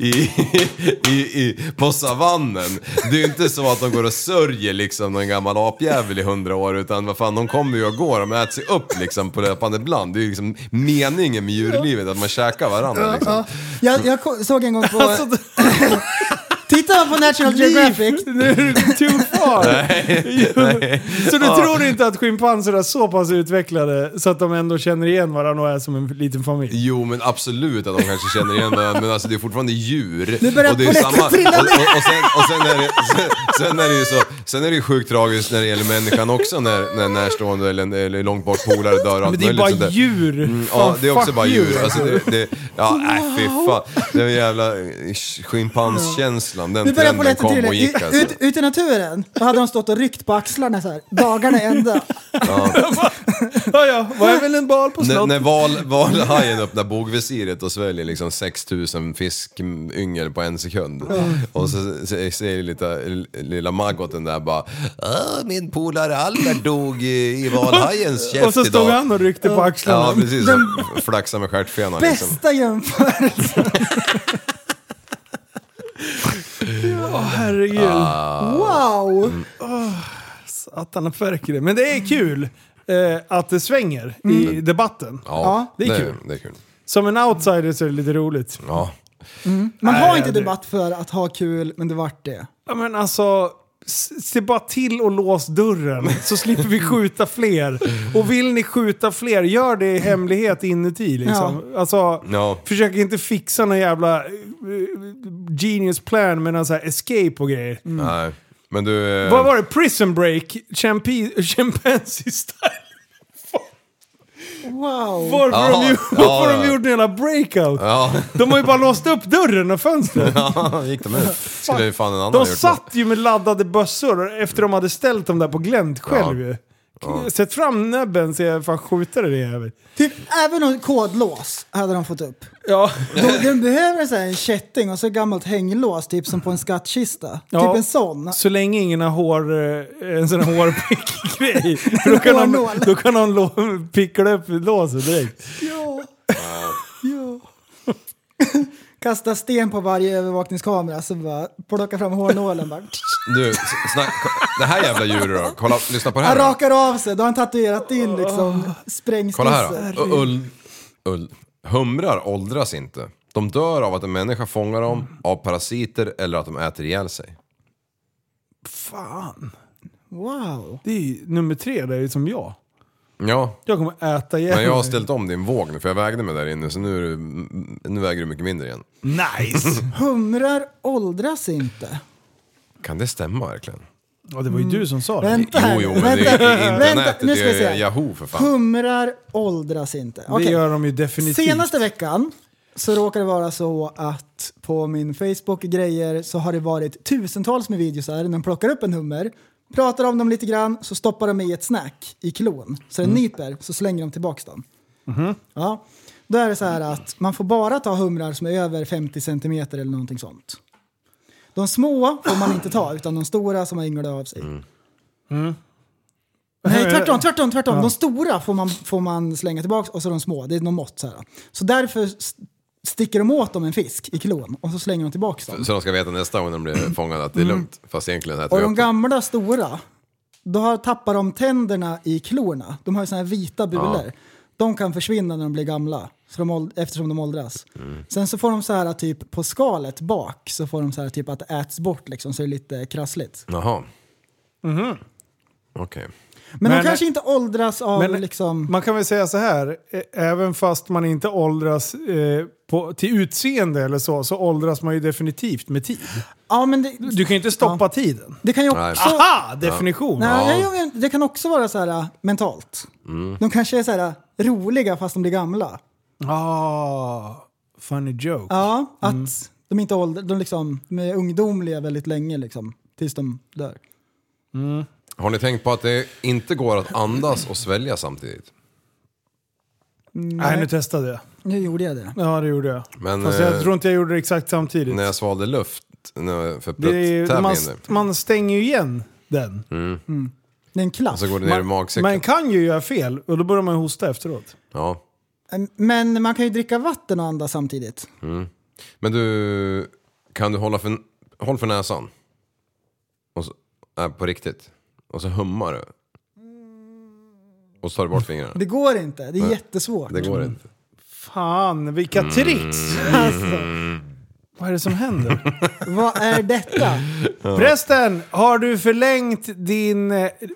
på savannen. Det är ju inte så att de går och sörjer liksom någon gammal apjävel i 100 år. Utan vad fan, de kommer ju och går. De äter sig upp liksom på löpande bland. Det är ju liksom meningen med djurlivet, att man käkar varandra liksom. Jag såg en gång på... Titta på National Geographic. Nu är det too far. Nej. Så du tror inte att schimpanser är så pass utvecklade så att de ändå känner igen varandra och är som en liten familj? Jo, men absolut att de kanske känner igen varandra. Men alltså det är fortfarande djur. Det börjar och det är samma. Sen är det ju sjukt tragiskt när det gäller människan också. När närstående eller långt bort polare dör. Men det är bara djur. Ja, det är också bara djur. Alltså fy fan. Det är en jävla schimpanskänsla. Den trenden kom och gick alltså. Ute i naturen, då hade de stått och ryckt på axlarna så här, dagarna ända. Ja, vad är väl en bal på slott? När valhajen öppnar bogvisiret och sväljer liksom 6000 fiskyngel på en sekund. Och så säger lilla Maggoten där bara, min polare Albert dog i valhajens käft idag. Och så stod han och ryckte på axlarna. Ja, precis. Flaxa med stjärtfenan. Bästa jämförelse. Herregud. Wow. Satan färker det. Men det är kul att det svänger i debatten. Ja, det är kul. Det är kul. Som en outsider så är det lite roligt. Ja. Man har inte debatt för att ha kul, men det vart det. Ja, men alltså, se bara till och lås dörren så slipper vi skjuta fler. Och vill ni skjuta fler, gör det i hemlighet inuti liksom. Ja. Alltså, försök inte fixa någon jävla genius plan med någon så här escape och grejer. Nej, men du... Vad var det? Prison Break? Chimpanzee style? Wow. Varför de gjorde en jävla breakout? Ja. De har ju bara låst upp dörren och fönstret. Ja, gick de ut. Skulle ju fan en annan de satt ju med laddade bössor efter de hade ställt dem där på glänt själv ju. Sätt fram näbben så jag fan skjuter det över. Typ även en kodlås hade de fått upp. Ja. De behöver så här en kätting och så gammalt hänglås typ som på en skattkista. Ja. Typ en sån. Så länge ingen har en sån här hårpick-grej. då kan de pickla upp låset direkt. Ja. Kasta sten på varje övervakningskamera så bara plocka fram hårnålen bara. Du, det här jävla djuret då. Kolla, lyssna på det här. Han rakar av sig, då har han tatuerat in liksom sprängskisser. Kolla här då. Humrar åldras inte. De dör av att en människa fångar dem, av parasiter eller att de äter ihjäl sig. Fan. Wow. Det är nummer 3 där, är som jag. Ja. Jag kommer äta igen. Men jag har ställt om din våg nu, för jag vägde mig där inne. Så nu väger du mycket mindre igen. Nice. Humrar åldras inte. Kan det stämma verkligen? Ja, det var ju du som sa det. Vänta här. Jo, men det är internetet, nu ska vi det är Yahoo för fan. Humrar åldras inte. Det gör de ju definitivt. Senaste veckan så råkar det vara så att på min Facebook-grejer så har det varit tusentals med videos här. När de plockar upp en hummer, pratar om dem lite grann, så stoppar de i ett snack i klon. Så den nyper, så slänger de tillbaka dem. Ja. Då är det så här att man får bara ta humrar som är över 50 centimeter eller någonting sånt. De små får man inte ta, utan de stora som har ynglat av sig. Nej, tvärtom. Ja. De stora får man slänga tillbaka, och så de små, det är någon mått så här. Så därför sticker de åt dem en fisk i klon och så slänger de tillbaka dem. Så de ska veta nästa gång de blir fångade att det är lugnt, fast egentligen äter och vi de upp gamla stora, då tappar de tänderna i klorna. De har ju såna här vita bulor. Ja. De kan försvinna när de blir gamla, så eftersom de åldras. Sen så får de så här typ på skalet bak, så får de så här typ att det äts bort liksom, så det är lite krassligt. Jaha. Okej. Men de kanske inte åldras av liksom... Man kan väl säga så här, även fast man inte åldras till utseende eller så åldras man ju definitivt med tid. Ja, men du kan ju inte stoppa tiden. Det kan ju också... Aha, definition. Nej, det kan också vara så här mentalt. De kanske är så här roliga fast de blir gamla. Funny joke. Ja, att de inte de är ungdomliga väldigt länge liksom, tills de dör. Har ni tänkt på att det inte går att andas och svälja samtidigt? Nej, nu testade jag. Nu gjorde jag det. Ja, det gjorde jag. Men, fast jag tror inte jag gjorde det exakt samtidigt. När jag svalde luft för prutt-tävlingen. Man stänger ju igen den. Det är en klass. Och så går det ner i magsäcken. Man kan ju göra fel och då börjar man hosta efteråt. Ja. Men man kan ju dricka vatten och andas samtidigt. Men du, kan du håll för näsan? Och så, på riktigt. Och så hummar du. Och så tar du bort fingrarna. Det går inte, det är jättesvårt. Det går inte. Fan, vilka tricks! Alltså. Vad är det som händer? Vad är detta? Förresten, har du förlängt din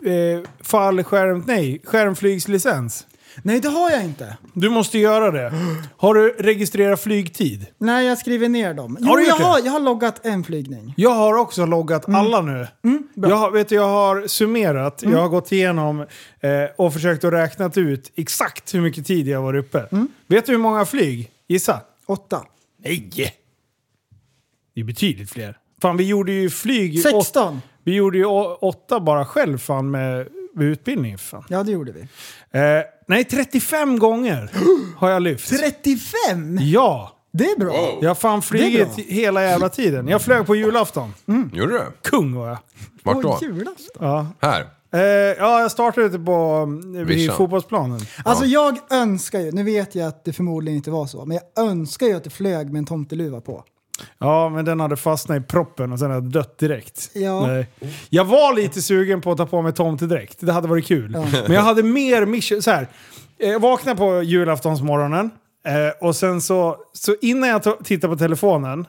skärmflygslicens? Nej, det har jag inte. Du måste göra det. Har du registrerat flygtid? Nej, jag skriver ner dem. Jag har loggat en flygning. Jag har också loggat alla nu. Jag har summerat. Jag har gått igenom och försökt att räkna ut exakt hur mycket tid jag var uppe. Vet du hur många flyg? Gissa. 8. Nej! Det är betydligt fler. Fan, vi gjorde ju flyg... 16! Vi gjorde ju 8 bara själv fan med utbildning. Fan. Ja, det gjorde vi. Nej, 35 gånger har jag lyft. 35? Ja! Det är bra. Jag har fan flugit hela jävla tiden. Jag flög på julafton. Gjorde du? Kung var jag. Vart då? Julafton. Ja. Här? Jag startade ute på vid fotbollsplanen. Alltså jag önskar ju, nu vet jag att det förmodligen inte var så, men jag önskar ju att det flög med en tomteluva på. Ja, men den hade fastnat i proppen och sen hade dött direkt. Ja. Nej. Jag var lite sugen på att ta på mig tomtedräkt. Det hade varit kul. Ja. Men jag hade mer mission. Så här, jag vaknade på julaftonsmorgonen och sen så innan jag tittade på telefonen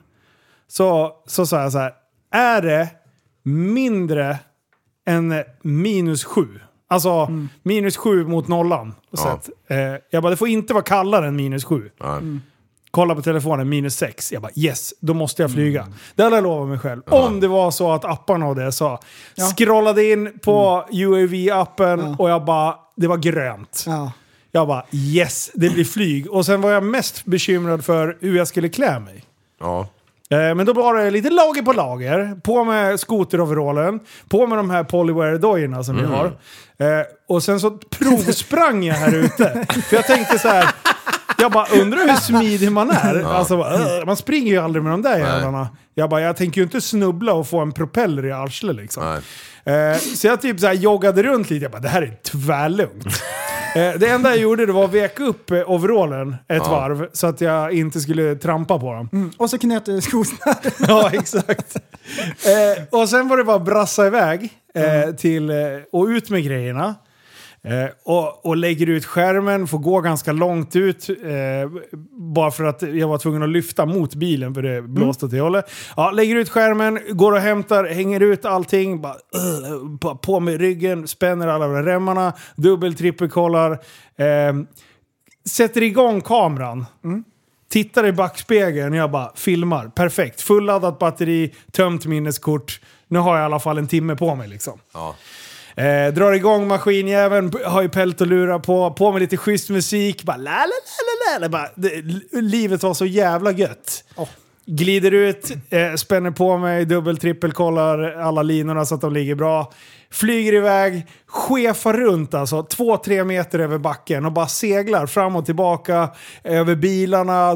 så sa jag så här: är det mindre än -7? Alltså -7 mot nollan. Så att, jag bara, det får inte vara kallare än -7. Kolla på telefonen, -6. Jag bara, yes, då måste jag flyga. Det hade jag lovat mig själv. Om det var så att apparna och det sa. Scrollade in på UAV-appen och jag bara, det var grönt. Jag bara, yes, det blir flyg. Och sen var jag mest bekymrad för hur jag skulle klä mig. Ja. Men då var det lite lager på lager. På med skoteroverallen. På med de här polywear-dojorna som vi har. Och sen så provsprang jag här ute. För jag tänkte så här... Jag bara undrar hur smidig man är. Alltså, man springer ju aldrig med de där jävlarna. Jag tänker ju inte snubbla och få en propeller i arslet liksom. Så jag typ så här joggade runt lite. Jag bara, det här är tvärlugnt. Det enda jag gjorde, det var att veka upp overallen ett varv så att jag inte skulle trampa på dem. Och så knöt du skosnär. Ja, exakt. Och sen var det bara brassa iväg till och ut med grejerna. Och lägger ut skärmen, får gå ganska långt ut bara för att jag var tvungen att lyfta mot bilen för det blåste till hållet. Ja, lägger ut skärmen, går och hämtar, hänger ut allting, bara på med ryggen, spänner alla remmarna, trippelkollar, sätter igång kameran. Tittar i backspegeln och jag bara filmar. Perfekt. Fulladdat batteri, tömt minneskort. Nu har jag i alla fall en timme på mig liksom. Ja. Drar igång maskinjäveln, har ju pält och lura på med lite schysst musik, bara la la la la la. Livet var så jävla gött. Glider ut, spänner på mig, trippelkollar alla linorna så att de ligger bra. Flyger iväg, chefar runt alltså 2-3 meter över backen och bara seglar fram och tillbaka över bilarna,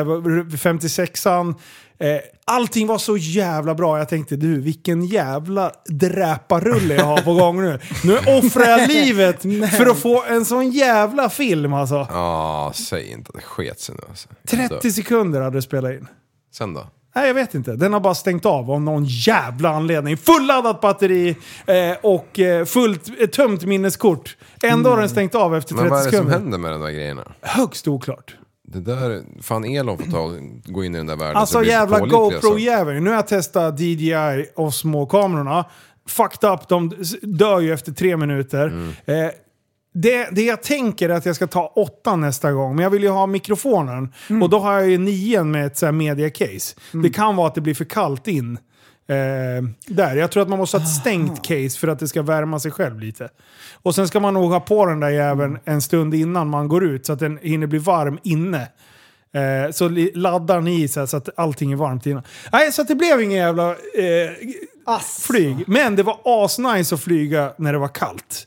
56an. Allting var så jävla bra. Jag tänkte, vilken jävla dräparulle jag har på gång nu. Nu offrar jag livet för att få en sån jävla film alltså. Ja, säg inte att det sket sig nu alltså. 30 sekunder hade du spelat in. Sen då? Nej, jag vet inte. Den har bara stängt av någon jävla anledning. Fulladdat batteri och fullt tömt minneskort. Ändå har den stängt av efter 30 sekunder. Men vad är det som händer med de där grejerna? Högst oklart. Det där, fan Elon får gå in i den där världen. Alltså jävla GoPro-jäveln. Nu har jag testat DJI och små-kamerorna. Fucked up, de dör ju efter 3 minuter. Det jag tänker är att jag ska ta 8 nästa gång. Men jag vill ju ha mikrofonen. Och då har jag ju 9 med ett så här media-case. Det kan vara att det blir för kallt in. Där. Jag tror att man måste ha ett stängt case för att det ska värma sig själv lite. Och sen ska man nog ha på den där jäveln en stund innan man går ut så att den hinner bli varm inne. Så laddar ni så att allting är varmt innan. Nej, så att det blev ingen jävla flyg. Men det var asnice att flyga när det var kallt.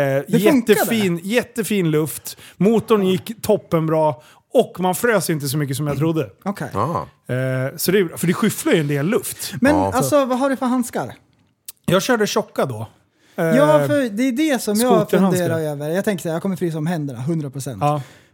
Jättefin luft. Motorn gick toppenbra. Och man frös inte så mycket som jag trodde. Okej. Så det är bra, för det skyfflar ju en del luft. Men alltså, vad har du för handskar? Jag körde tjocka då. Ja, för det är det som jag funderar över. Jag tänkte att jag kommer frysa om händerna, 100%.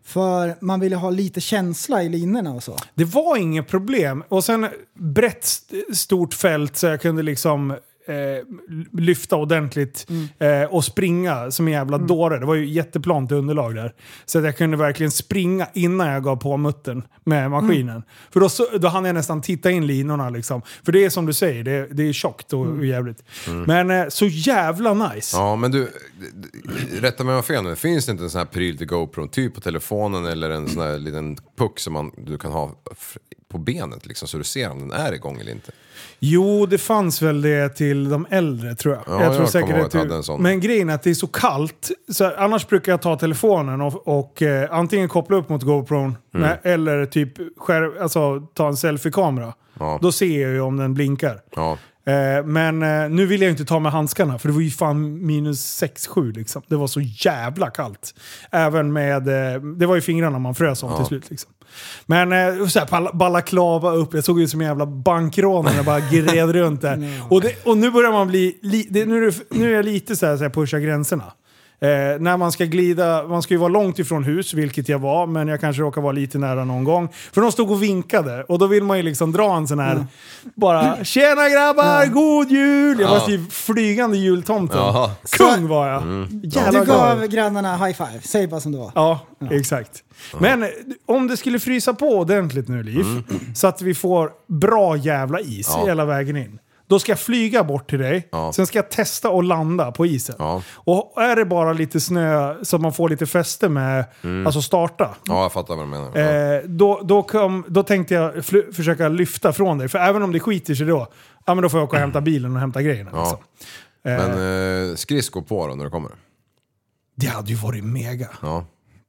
För man ville ha lite känsla i linorna och så. Det var inget problem. Och sen brett stort fält så jag kunde liksom lyfta ordentligt och springa som en jävla dåre. Det var ju jätteplant underlag där. Så att jag kunde verkligen springa innan jag gav på muttern med maskinen. För då hann jag nästan titta in linorna liksom. För det är som du säger, det är tjockt och jävligt. Men så jävla nice. Ja, men du, rätta mig om jag har fel nu. Finns det inte en sån här pryl till GoPro typ på telefonen eller en sån här liten puck som du kan ha på benet liksom, så du ser om den är igång eller inte? Jo, det fanns väl det till de äldre tror jag. Ja, jag tror säkert det en sån. Men grejen är att det är så kallt. Så annars brukar jag ta telefonen och antingen koppla upp mot GoPron eller typ ta en selfie-kamera. Ja. Då ser jag ju om den blinkar. Ja. Men nu vill jag inte ta med handskarna för det var ju fan minus 6-7 liksom. Det var så jävla kallt. Även med, det var ju fingrarna man frös om till slut liksom. Men såhär balaklava upp, jag såg ut som en jävla bankrånare och bara gred runt där. Och nu börjar man bli, nu är jag lite såhär pusha gränserna. När man ska glida, man ska ju vara långt ifrån hus, vilket jag var, men jag kanske råkar vara lite nära någon gång. För de stod och vinkade, och då vill man ju liksom dra en sån här, bara, tjena grabbar, god jul! Jag var typ flygande jultomten. Kung var jag. Du gav grannarna high five, säg bara som det var. Ja, exakt. Men om det skulle frysa på ordentligt nu, Liv, så att vi får bra jävla is hela vägen in. Då ska jag flyga bort till dig. Sen ska jag testa att landa på isen. Och är det bara lite snö så man får lite fäste med, alltså starta. Ja, jag fattar vad du menar. Då tänkte jag försöka lyfta från dig. För även om det skiter sig då, men då får jag åka och hämta bilen och hämta grejerna. Liksom. Men skridsko på då när du kommer? Det hade ju varit mega. Ja.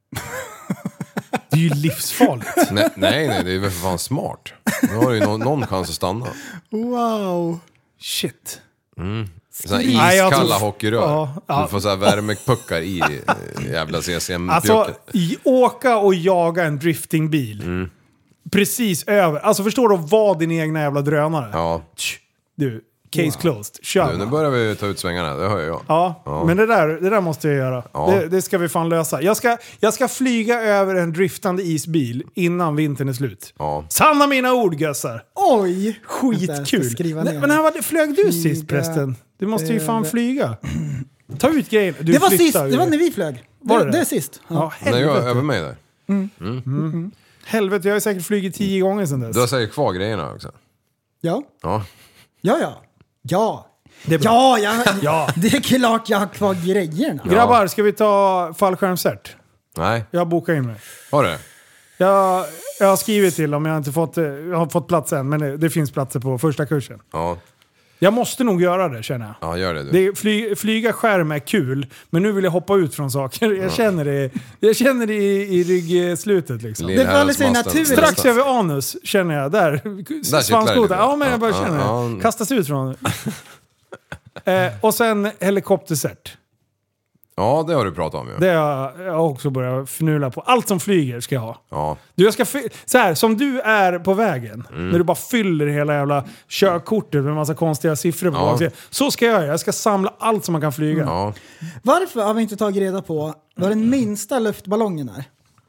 Det är ju livsfarligt. Nej, det är väl för fan smart. Nu har du ju någon chans att stanna. Wow. Shit. Såna iskalla hockeyrör. Du får så här värmepuckar i jävla CCM. Alltså, åka och jaga en driftingbil. Precis över. Alltså förstår du vad din egna jävla drönare? Ja. Du, case closed. Kör. Nu börjar vi ta ut svängarna, det hör jag. Ja. Men det där måste jag göra. Ja. Det ska vi fan lösa. Jag ska flyga över en driftande isbil innan vintern är slut. Ja. Sanna mina ord, gössar. Oj! Skitkul. Men flög du sist, prästen? Du måste ju fan flyga. Ta ut grejen. Det var sist, det var när vi flög. Det är sist. Ja, när jag över mig där. Helvete, jag har säkert flugit 10 gånger sedan dess. Du har säkert kvar grejerna också. Ja. Det är klart jag har kvar grejerna. Grabbar, ska vi ta fallskärmscert? Nej. Jag bokar in mig. Har du? Jag har skrivit till dem, jag har fått plats än, men det finns platser på första kursen. Ja. Jag måste nog göra det, känner jag. Ja, gör det du. Flyga skärm är kul, men nu vill jag hoppa ut från saker. Jag känner det i ryggslutet liksom. Det faller sig naturligt. Strax över anus känner jag, där svanskotan. Ja, men jag bara känner kastas ut från och sen helikoptersert. Ja, det har du pratat om ju. Det har jag också börjat fnula på. Allt som flyger ska jag ha. Ja. Du, jag ska så här, som du är på vägen. När du bara fyller hela jävla körkortet med en massa konstiga siffror på baksidan. Så ska jag göra. Jag ska samla allt som man kan flyga. Ja. Varför har vi inte tagit reda på vad den minsta luftballongen är?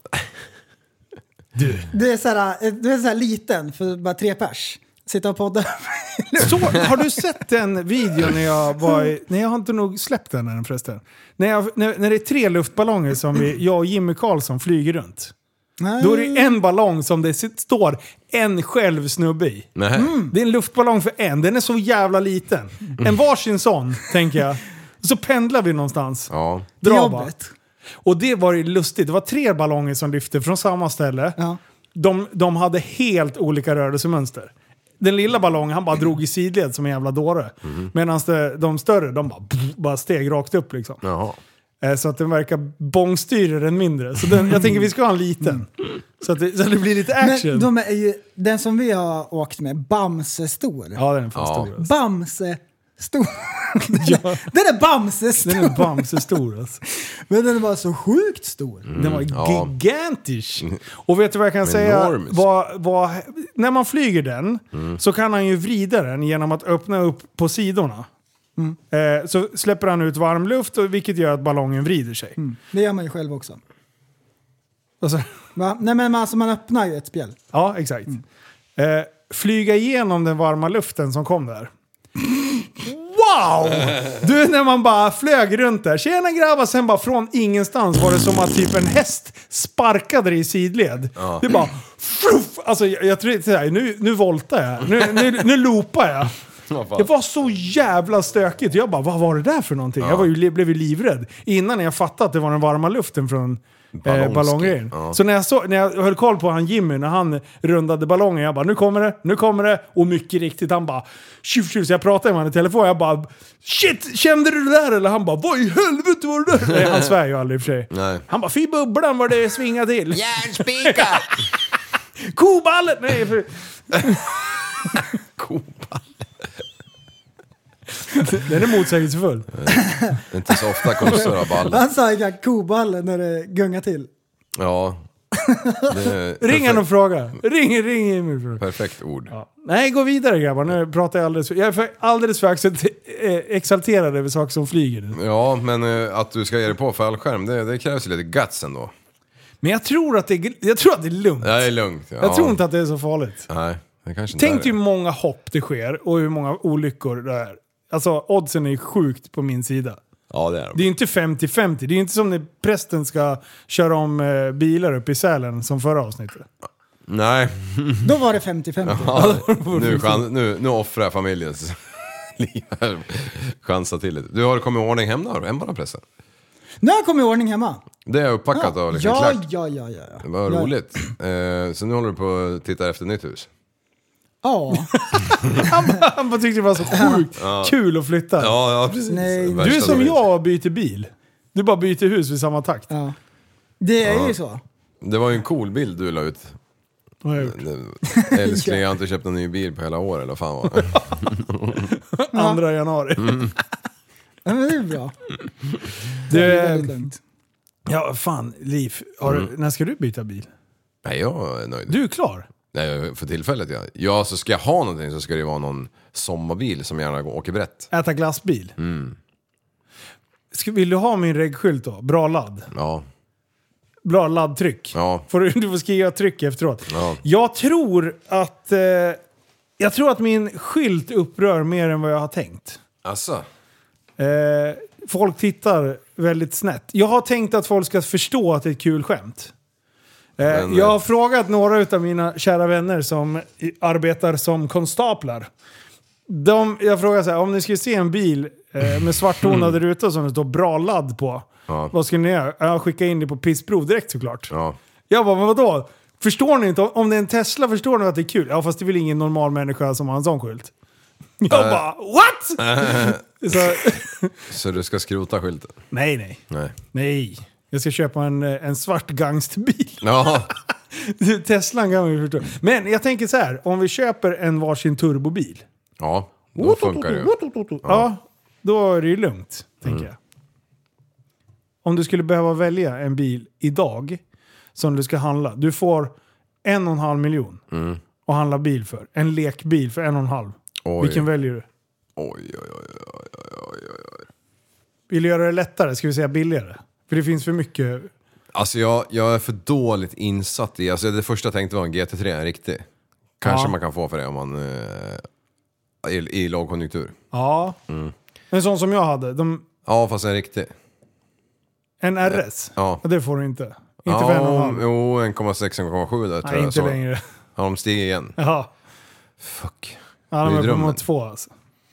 Du är så här liten för bara 3 pers. Sitta och podda. Så, har du sett den videon när jag var nej, jag har inte nog släppt den än förresten. När det är 3 luftballonger som jag och Jimmy Karlsson flyger runt. Nej. Då är det en ballong som det står en själv snubbe i. Det är en luftballong för en. Den är så jävla liten. En varsin sån, tänker jag. Så pendlar vi någonstans. Ja. Jobbet. Och det var ju lustigt. Det var 3 ballonger som lyfte från samma ställe. Ja. De hade helt olika rörelsemönster. Den lilla ballongen, han bara drog i sidled som en jävla dåre. Medan de större, de bara steg rakt upp liksom. Jaha. Så att den verkar bångstyrare än mindre. Så jag tänker vi ska ha en liten. Så att det blir lite action. Men de är ju, den som vi har åkt med, Bamse stor. Ja, den är fan stor. Alltså. Bamse stor. Den är Bamse stor. Den är Bamse stor alltså. Men den var så sjukt stor. Den var gigantisk. Och vet du vad jag kan säga? När man flyger den så kan han ju vrida den genom att öppna upp på sidorna. Så släpper han ut varm luft, vilket gör att ballongen vrider sig. Det gör man ju själv också. Va? Nej men alltså man öppnar ju ett spjäll. Ja, exakt. Flyga igenom den varma luften som kom där. Wow! Du, när man bara flög runt där. Tjena grabbar, sen bara från ingenstans var det som att typ en häst sparkade det i sidled. Ja. Det bara... Fruff! Alltså jag tror inte nu voltar jag. Nu loopar jag. Det var så jävla stökigt. Jag bara, vad var det där för någonting? Ja. Jag blev ju livrädd. Innan jag fattade att det var den varma luften från ballonggrejen. Ja. Så när jag höll koll på han Jimmy, när han rundade ballongen, jag bara, nu kommer det. Och mycket riktigt, han bara, tjuv. Så jag pratade med honom i telefon, jag bara, shit, kände du det där? Eller han bara, vad i helvete var det där? Nej, han svär ju aldrig i och för sig. Nej. Han bara, fy bubblan vad det svingar till. Järnspika! Koballen! Nej, för... Koballen. Den är motsägelsefull. Det är inte så ofta kossor av ballen. Han sa ju koballen när det gungar till. Ja. Ring han och fråga. Ring. Perfekt ord. Ja. Nej, gå vidare grabbar. Nu pratar jag är alldeles för exalterad över saker som flyger. Ja, men att du ska ge dig på fallskärm, det krävs ju lite guts ändå. Men jag tror att det är lugnt. Ja, det är lugnt. Ja. Jag tror inte att det är så farligt. Nej, det kanske inte. Tänk hur många hopp det sker och hur många olyckor det är. Alltså, oddsen är sjukt på min sida. Ja, det är det är inte 50-50. Det är inte som när prästen ska köra om bilar upp i Sälen som förra avsnittet. Nej. Då var det 50-50. Ja, nu offrar jag familjens liv. Chansa till lite. Du har kommit i ordning hem då? En bara pressen. Nu har jag kommit i ordning hemma. Det är uppackat och liksom klart. Ja. Det var roligt. Så nu håller du på att titta efter nytt hus. Ja. Han bara tyckte det var så sjukt kul att flytta. Ja, precis. Nej. Du är som jag byter bil. Du bara byter hus vid samma takt. Ja. Det är ju så. Det var ju en cool bild du la ut. Vad har jag gjort? Älskling, jag har inte köpt en ny bil på hela år, eller fan var det? 2 januari. Ja, men det är bra. Det är lugnt. Ja, fan, Liv. När ska du byta bil? Nej, jag är nöjd. Du är klar? Nej, för tillfället ja, så ska jag ha någonting så ska det vara någon sommarbil som gärna åker brett. Äta glassbil? Vill du ha min reggskylt då? Bra ladd? Ja. Bra laddtryck? Ja. Du får skriva tryck efteråt. Ja. Jag tror att min skylt upprör mer än vad jag har tänkt. Asså? Folk tittar väldigt snett. Jag har tänkt att folk ska förstå att det är ett kul skämt. Jag har frågat några av mina kära vänner som arbetar som konstaplar. Jag frågar så här, om ni skulle se en bil med svarttonade rutor som det står bra ladd på. Ja. Vad ska ni göra? Jag skickar in det på pissprov direkt såklart. Ja. Jag bara, men vadå? Förstår ni inte? Om det är en Tesla förstår ni att det är kul? Ja, fast det är väl ingen normal människa som har en sån skylt. Jag bara, what? Så du ska skrota skylten? Nej. Jag ska köpa en svart gangsterbil. Ja. Teslan kan man ju förstå. Men jag tänker så här, om vi köper en varsin turbobil. Ja, då funkar det ju. Ja, då är det ju lugnt, tänker jag. Om du skulle behöva välja en bil idag som du ska handla. Du får 1,5 miljon att handla bil för. En lekbil för 1,5. Vilken väljer du? Oj. Vill du göra det lättare? Ska vi säga billigare? För det finns för mycket... Alltså jag är för dåligt insatt i... Alltså det första jag tänkte var en GT3, en riktig. Kanske man kan få för det om man... I lågkonjunktur. Ja. En sån som jag hade. Ja, fast en riktig. En RS? Ja. Det får du inte. Inte för 1,5. Jo, 1,6-1,7 där. Nej, inte längre. Ja, de stiger igen. Jaha. Fuck. Ja, de är på mot 2 alltså.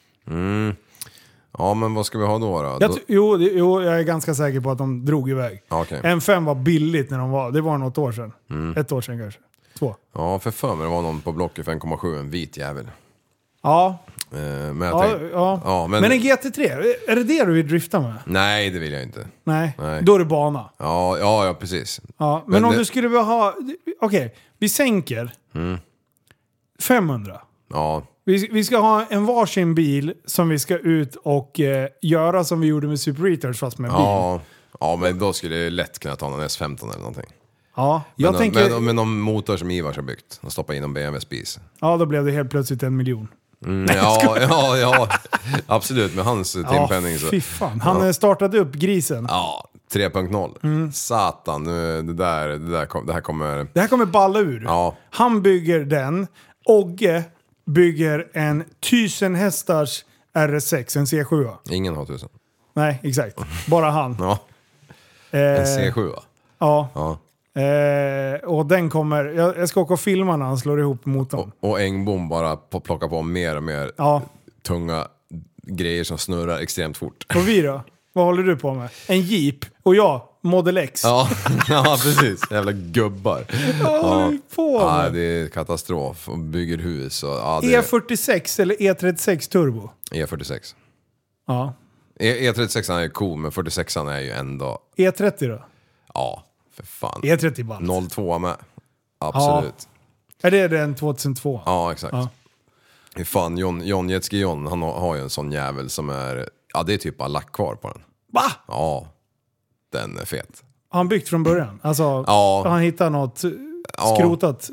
Ja, men vad ska vi ha då? Jo, jag är ganska säker på att de drog iväg. Okay. M5 var billigt när de var. Det var något år sedan. 1 år sedan kanske. 2. Ja, för mig det var någon på Blocket för 1,7, en vit jävel. Ja. Men jag tänkte, men en GT3, är det du vill drifta med? Nej, det vill jag inte. Nej. Då är det bana. Ja, precis. Ja, men om du skulle vilja ha... Okej, vi sänker 500. Ja. Vi ska ha en varsin bil som vi ska ut och göra som vi gjorde med Super Retards fast med bil. Ja, men då skulle det lätt kunna ta någon S15 eller någonting. Ja, jag tänker... Men någon motor som Ivars har byggt. Och stoppa in en BMW spis. Ja, då blev det helt plötsligt 1 miljon. Ja, absolut. Med hans timpenning så. Fy fan. Han startade upp grisen. Ja, 3.0. Satan, det här kommer... Det här kommer balla ur. Ja. Han bygger den. Ogge bygger en 1000 hästars RS6, en C7. Ingen har 1000. Nej, exakt. Bara han. Ja. En C7. Ja. Och den kommer... Jag ska åka och filma när han slår ihop motorn. Och Engbom bara plocka på mer och mer tunga grejer som snurrar extremt fort. Och vi då? Vad håller du på med? En Jeep. Och jag, Model X. Ja, precis. Jävla gubbar. Det är katastrof. Och bygger hus. Och, E46 eller E36 turbo? E46. Ja. E36 är cool, men 46 är ju ändå... E30 då? Ja, för fan. E30 band. 02 med. Absolut. Ja. Är det den 2002? Ja, exakt. Hur fan, John Jetski John, han har ju en sån jävel som är... Ja, det är typ bara lack kvar på den. Va? Ja, den är fet. Har han byggt från början? Alltså, han hittar något skrotat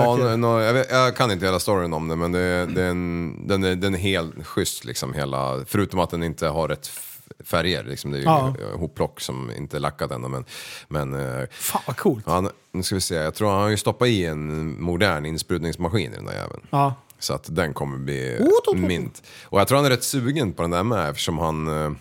jag kan inte hela storyn om det, men den är helt schysst liksom hela, förutom att den inte har rätt färger liksom, det är ju hopplock som inte är lackat ännu, men fan vad coolt. Nu ska vi se, jag tror han har ju stoppat i en modern insprutningsmaskin i den där jäveln. Ja. Så att den kommer bli mint. Och jag tror han är rätt sugen på den där med, eftersom han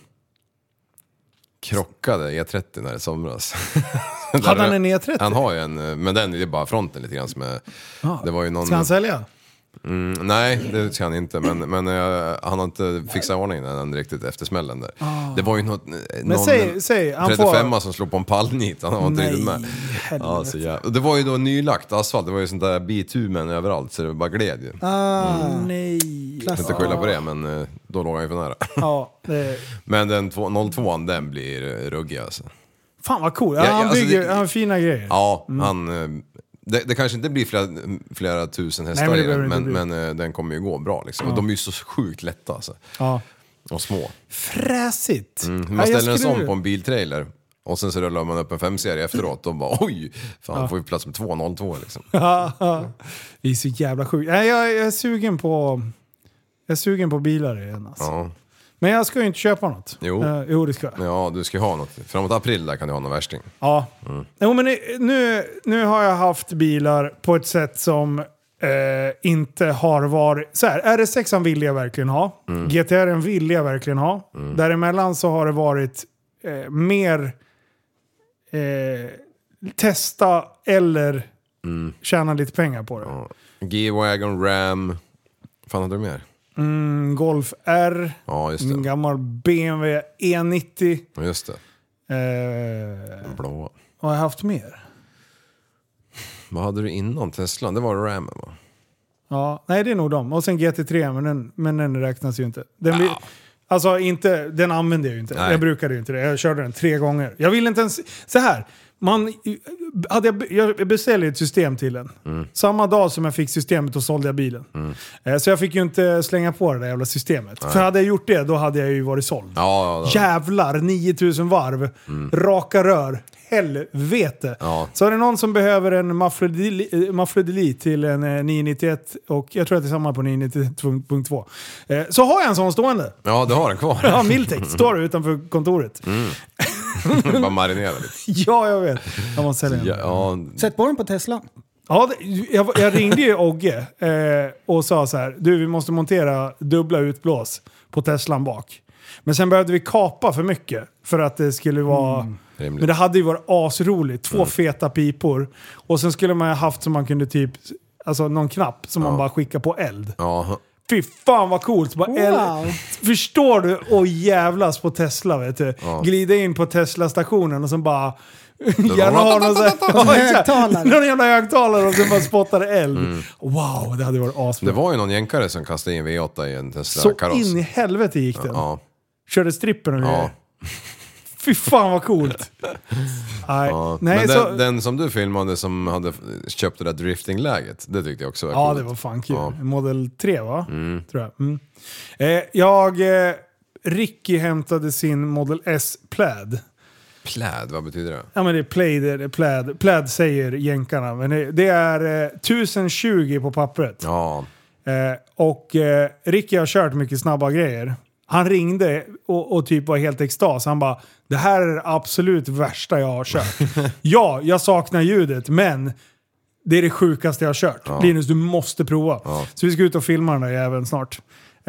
krockade E30 när det somras. Hade han en E30? Han har ju en, men den är bara fronten lite grann som är, det var ju någon... Ska han sälja? Nej, det ska han inte, men han har inte fixat ordningen än riktigt efter smällen där. Det var ju någon säg, han 35 som slog på en pallnit, han har inte riktigt med. Det var ju då nylagt asfalt, det var ju sånt där bitumen överallt, så det bara gled ju. Nej. Jag kan inte skylla på det, men då låg han ju för nära. Men den 02an, den blir ruggig alltså. Fan vad cool, han har fina grejer. Ja, han... Det kanske inte blir flera tusen hästar. Nej, men den kommer ju gå bra liksom. Och de är ju så sjukt lätta alltså. Ja. Och små. Fräsigt. Man ställer en sån på en biltrailer. Och sen så rullar man upp en 5-serie efteråt. Och bara oj, fan får vi plats med 202 liksom. Det är så jävla sjukt. Jag är sugen på bilar igen alltså. Ja. Men jag ska ju inte köpa något. Jo, det ska jag. Ja, du ska ha något. Framåt april där kan du ha någon värsting. Ja. Jo, men nu har jag haft bilar på ett sätt som inte har varit... Så här, RS6 vill jag verkligen ha. GTR vill jag verkligen ha. Däremellan så har det varit mer testa eller tjäna lite pengar på det. G-Wagon, Ram. Fan hade du mer? Golf R, just det. En gammal BMW E90. Just det. Blå. Vad har jag haft mer? Vad hade du innan Tesla? Det var Ram, va? Ja, nej det är nog dem. Och sen GT3, men den räknas ju inte. Alltså inte, den använde jag ju inte. Nej. Jag brukade ju inte det. Jag körde den 3 gånger. Jag vill inte ens... Så här. Jag beställde ett system till den. Samma dag som jag fick systemet och sålde jag bilen. Så jag fick ju inte slänga på det där jävla systemet. Nej. För hade jag gjort det, då hade jag ju varit såld. Jävlar, 9000 varv. Raka rör. Helvete. Så är det någon som behöver en Muffler Delete till en 991, och jag tror att det är samma på 992.2. Så har jag en sån stående. Ja, du har den kvar. Ja, Miltex står utanför kontoret. Bara marinera lite. Ja, jag vet. Jag måste sälja den. Sätt på den på Tesla. Ja, jag ringde ju Ogge och sa så här: du, vi måste montera dubbla utblås på Teslan bak. Men sen behövde vi kapa för mycket för att det skulle vara... Men det hade ju varit asroligt. 2 feta pipor. Och sen skulle man ha haft som man kunde typ... Alltså någon knapp som man bara skickar på eld. Fy fan vad coolt. Bara förstår du? Och jävlas på Tesla, vet du. Glida in på Tesla-stationen och sen bara... gärna ha någon jävla högtalare och sen bara spottar eld. Wow, det hade varit asbra. Det var ju någon jänkare som kastade in V8 i en Tesla-kaross. Så in i helvete gick den. Körde strippen och grejer. Fy fan vad coolt. Nej. Men den som du filmade som hade köpt det där driftingläget, det tyckte jag också var coolt. Ja, det var fan kul. Model 3, va? Tror jag. Ricky hämtade sin Model S Plaid. Plaid, vad betyder det? Ja, men det är Plaid. Plaid säger jänkarna. Men det är 1020 på pappret. Ricky har kört mycket snabba grejer. Han ringde och typ var helt extas. Han bara, det här är det absolut värsta jag har kört. Ja, jag saknar ljudet, men det är det sjukaste jag har kört. Ja. Linus, du måste prova. Ja. Så vi ska ut och filma den där även snart.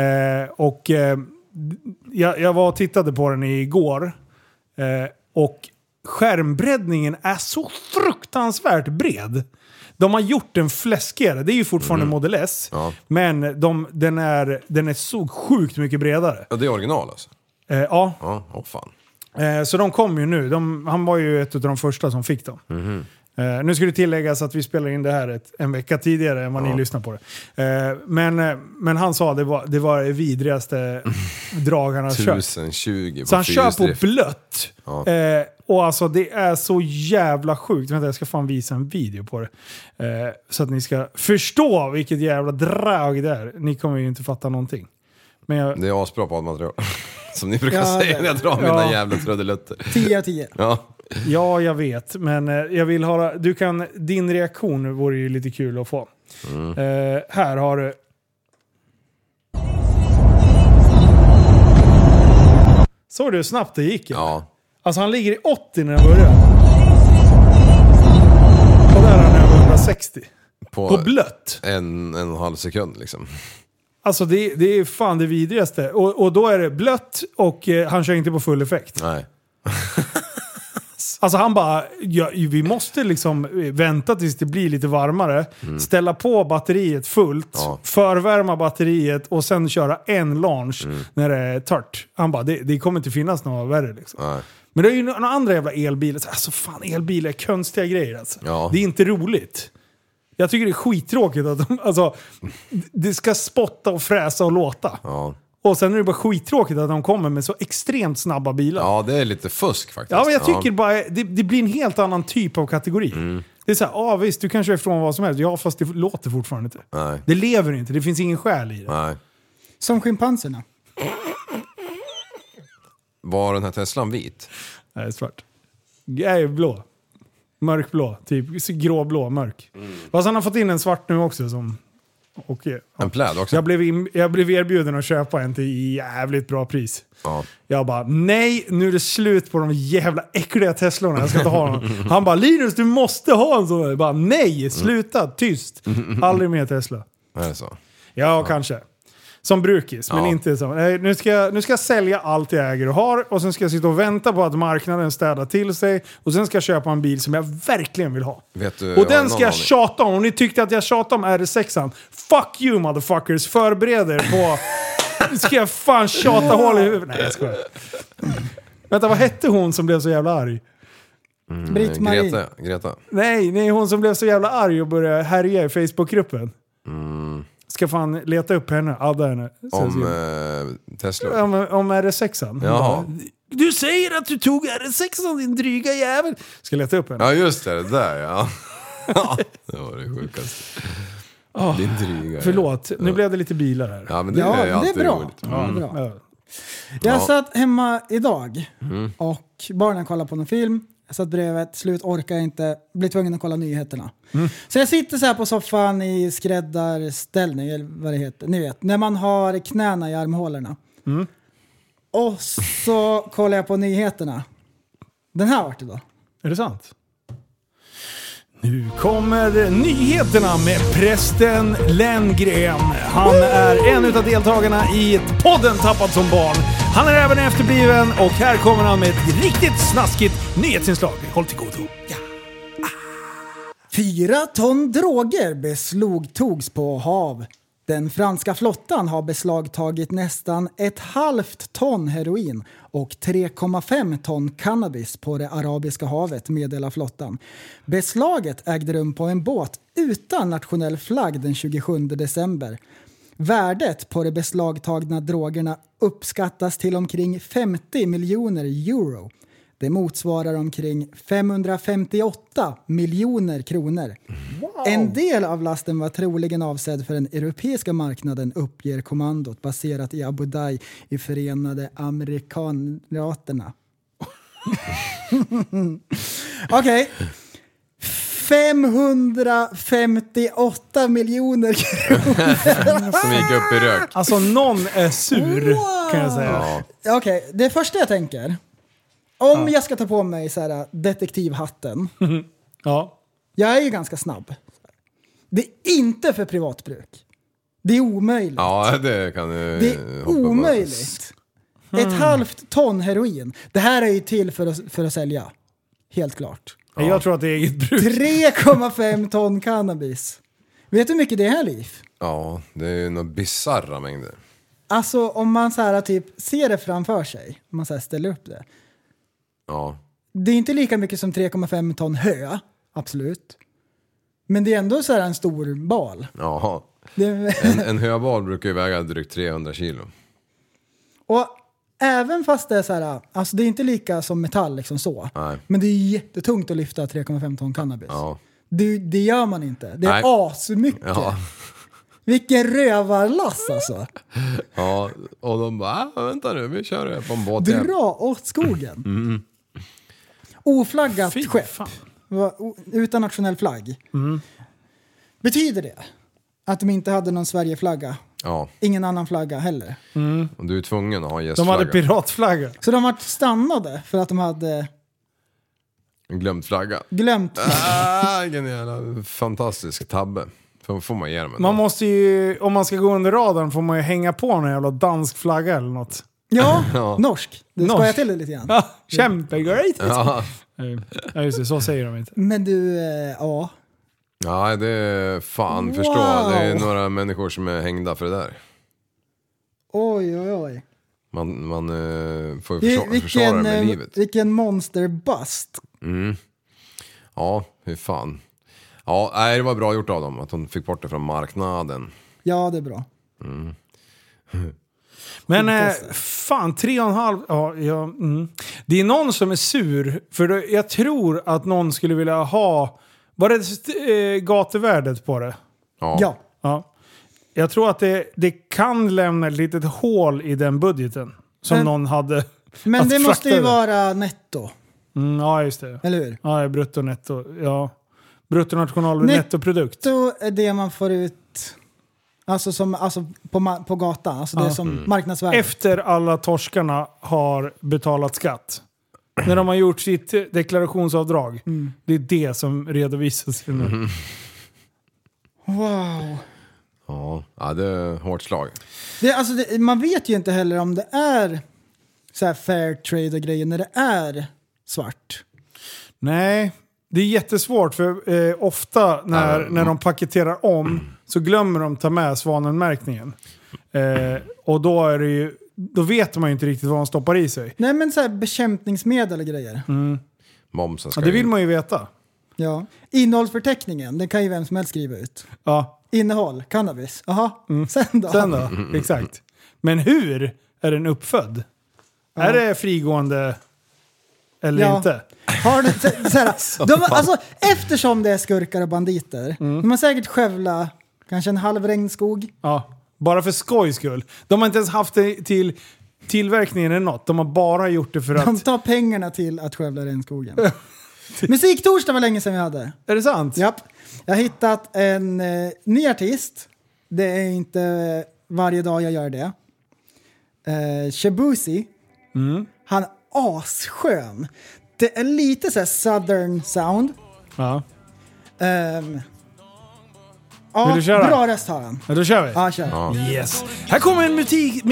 Jag var och tittade på den igår. Och skärmbreddningen är så fruktansvärt bred. De har gjort den fläskigare. Det är ju fortfarande Model S. Ja. Men den är så sjukt mycket bredare. Ja, det är original alltså? Ja. Ja, fan. Så de kom ju nu. Han var ju ett av de första som fick dem. Nu ska det tilläggas att vi spelar in det här en vecka tidigare än vad ni lyssnar på det. Men han sa det var det vidrigaste drag han har kört. 1020 på så han kör på blött. Ja. Och alltså det är så jävla sjukt. Vänta, jag ska fan visa en video på det. Så att ni ska förstå vilket jävla drag det är. Ni kommer ju inte fatta någonting. Men det är asbra poddmaterial. Som ni brukar säga när jag drar mina jävla trudelutter. 10 av 10. Ja, jag vet. Men jag vill höra... Din reaktion vore ju lite kul att få. Här har du... Såg du hur snabbt det gick? Ja. Alltså han ligger i 80 när den börjar. Och där är han över 160. På blött. En och en halv sekund liksom. Alltså det är fan det vidrigaste. Och då är det blött och han kör inte på full effekt. Nej. Alltså han bara, vi måste liksom vänta tills det blir lite varmare. Ställa på batteriet fullt. Förvärma batteriet och sen köra en launch när det är tört. Han bara, det kommer inte finnas något värre liksom. Nej. Men det är ju några andra jävla elbilar. Alltså fan, elbilar är konstiga grejer alltså. Ja. Det är inte roligt. Jag tycker det är skittråkigt att det ska spotta och fräsa och låta. Ja. Och sen är det bara skittråkigt att de kommer med så extremt snabba bilar. Ja, det är lite fusk faktiskt. Ja, men jag tycker bara det blir en helt annan typ av kategori. Det är så här, visst, du kan köra ifrån vad som helst. Ja, fast det låter fortfarande inte. Nej. Det lever inte, det finns ingen själ i det. Nej. Som schimpanserna. Var den här Teslan vit? Nej, det är svart. Jag är blå. Mörkblå, typ gråblå, mörk. Fast han har fått in en svart nu också som... En pläd också. Jag blev erbjuden att köpa en till jävligt bra pris. Ja. Jag bara, nej, nu är det slut på de jävla äckliga Teslorna. Jag ska inte ha dem. Han bara, Linus, du måste ha en sån. Jag bara, nej, sluta, tyst. Aldrig mer Tesla. Är det så? Ja, kanske. Som brukis, men inte så. Nu ska jag sälja allt jag äger och har. Och sen ska jag sitta och vänta på att marknaden städar till sig. Och sen ska jag köpa en bil som jag verkligen vill ha. Och den ska jag tjata om. Om ni tyckte att jag tjatade om RS6an. Fuck you motherfuckers. Förbered er på... Nu ska jag fan tjata hål i huvudet. Nej, jag skojar. Vänta, vad hette hon som blev så jävla arg? Britt-Marie. Greta. Nej, hon som blev så jävla arg och började härja i Facebookgruppen. Ska fan leta upp henne, adda henne. Om Tesla? Om RS6an. Jaha. Du säger att du tog RS6an, din dryga jävel. Ska leta upp henne. Ja, just det där, ja. Det var det sjukaste. Din dryga. Förlåt, nu blev det lite bilar här. Ja, men det är alltid bra. roligt. Ja. Jag satt hemma idag och barnen kollade på någon film. Jag satt bredvid, slut orkar jag inte, blir tvungen att kolla nyheterna. Så jag sitter så här på soffan i skräddarställning, eller vad det heter. Ni vet, när man har knäna i armhålorna. Och så kollar jag på nyheterna. Den här vart idag. Är det sant? Nu kommer nyheterna med prästen Lenngren. Han är en av deltagarna i podden Tappad som barn. Han är även efterbliven och här kommer han med ett riktigt snaskigt nyhetsinslag. Håll till godo. Ja. 4 ton droger beslagtogs på hav. Den franska flottan har beslagtagit nästan 1,5 ton heroin och 3,5 ton cannabis på det arabiska havet, meddelar flottan. Beslaget ägde rum på en båt utan nationell flagg den 27 december. Värdet på de beslagtagna drogerna uppskattas till omkring 50 miljoner euro. Det motsvarar omkring 558 miljoner kronor. Wow. En del av lasten var troligen avsedd för den europeiska marknaden, uppger kommandot baserat i Abu Dhabi i Förenade Amerikanraterna. Okej. 558 miljoner kronor. Som gick upp i rök. Alltså någon är sur, kan jag säga. Ja. Okej, det första jag tänker. Om jag ska ta på mig så här detektivhatten. Ja. Jag är ju ganska snabb. Det är inte för privatbruk. Det är omöjligt. Ja, det kan du. Det är omöjligt. Ett halvt ton heroin. Det här är ju till för att sälja. Helt klart. Ja. Jag tror att det är eget bruk. 3,5 ton cannabis. Vet du hur mycket det är, Liv? Ja, det är ju några bizarra mängder. Alltså om man så här typ ser det framför sig. Om man så här ställer upp det. Ja. Det är inte lika mycket som 3,5 ton hö. Absolut. Men det är ändå så här en stor bal. Ja. En höbal brukar ju väga drygt 300 kilo. Och även fast det är så här, alltså det är inte lika som metall liksom så. Nej. Men det är jättetungt att lyfta 3,5 ton cannabis. Ja. Det gör man inte. Det är asmycket. Ja. Vilken rövarlass alltså. Ja, och de bara, vänta nu, vi kör det på en båt. Dra åt skogen. Oflaggat skepp. Utan nationell flagg. Betyder det att de inte hade någon Sverigeflagga? Ja. Ingen annan flagga heller. Och du är tvungen att ha gästflagga. De hade piratflagga. Så de var stannade för att de hade glömt flagga. Vilken jävla fantastisk tabbe. Får man ge dem. Man måste ju, om man ska gå under radarn får man ju hänga på en jävla dansk flagga eller något. Ja, norsk. Du ska jag till det lite grann. Ja, kämpegreat. Ja, just det, så säger de inte. Men du, ja. Ja, det är fan förstå. Det är några människor som är hängda för det där. Oj. Man får ju försvara det med livet. Vilken monsterbust. Ja, hur fan. Ja, det var bra gjort av dem att de fick bort det från marknaden. Ja, det är bra. Men fan, 3,5. Det är någon som är sur. För jag tror att någon skulle vilja ha. Var det gatuvärdet på det? Ja. Jag tror att det kan lämna ett litet hål i den budgeten. Som någon hade. Men det måste ju vara netto. Ja, just det. Eller hur? Ja, brutto netto. Ja. Bruttonationalnettoprodukt. Netto är det man får ut. Alltså på gatan. Alltså det är som marknadsvärde. Efter alla torskarna har betalat skatt. När de har gjort sitt deklarationsavdrag. Det är det som redovisas nu. Wow. Ja, det är hårt slag. Man vet ju inte heller om det är så här fair trade och grejer när det är svart. Nej, det är jättesvårt för ofta när de paketerar om så glömmer de ta med svanenmärkningen. Och då är det ju, då vet man ju inte riktigt vad de stoppar i sig. Nej, men så här bekämpningsmedel och grejer. Momsen ska det vill man ju veta. Ja. Innehållsförteckningen, den kan ju vem som helst skriva ut. Ja. Innehåll, cannabis. Aha. Sen då? Exakt. Men hur är den uppfödd? Ja. Är det frigående eller inte? Har du, eftersom det är skurkar och banditer, de har säkert skövla kanske en halv regnskog. Ja, bara för skojs skull. De har inte ens haft det till tillverkningen eller något. De har bara gjort det för att... De tar pengarna till att skövla regnskogen. Musiktorsdag var länge sedan vi hade. Är det sant? Japp. Jag har hittat en ny artist. Det är inte varje dag jag gör det. Shabuzi. Han är asskön. Det är lite så här southern sound. Ja. Ja, bra röst har han. Ja, då kör vi. Ja, kör. Yes. Här kommer en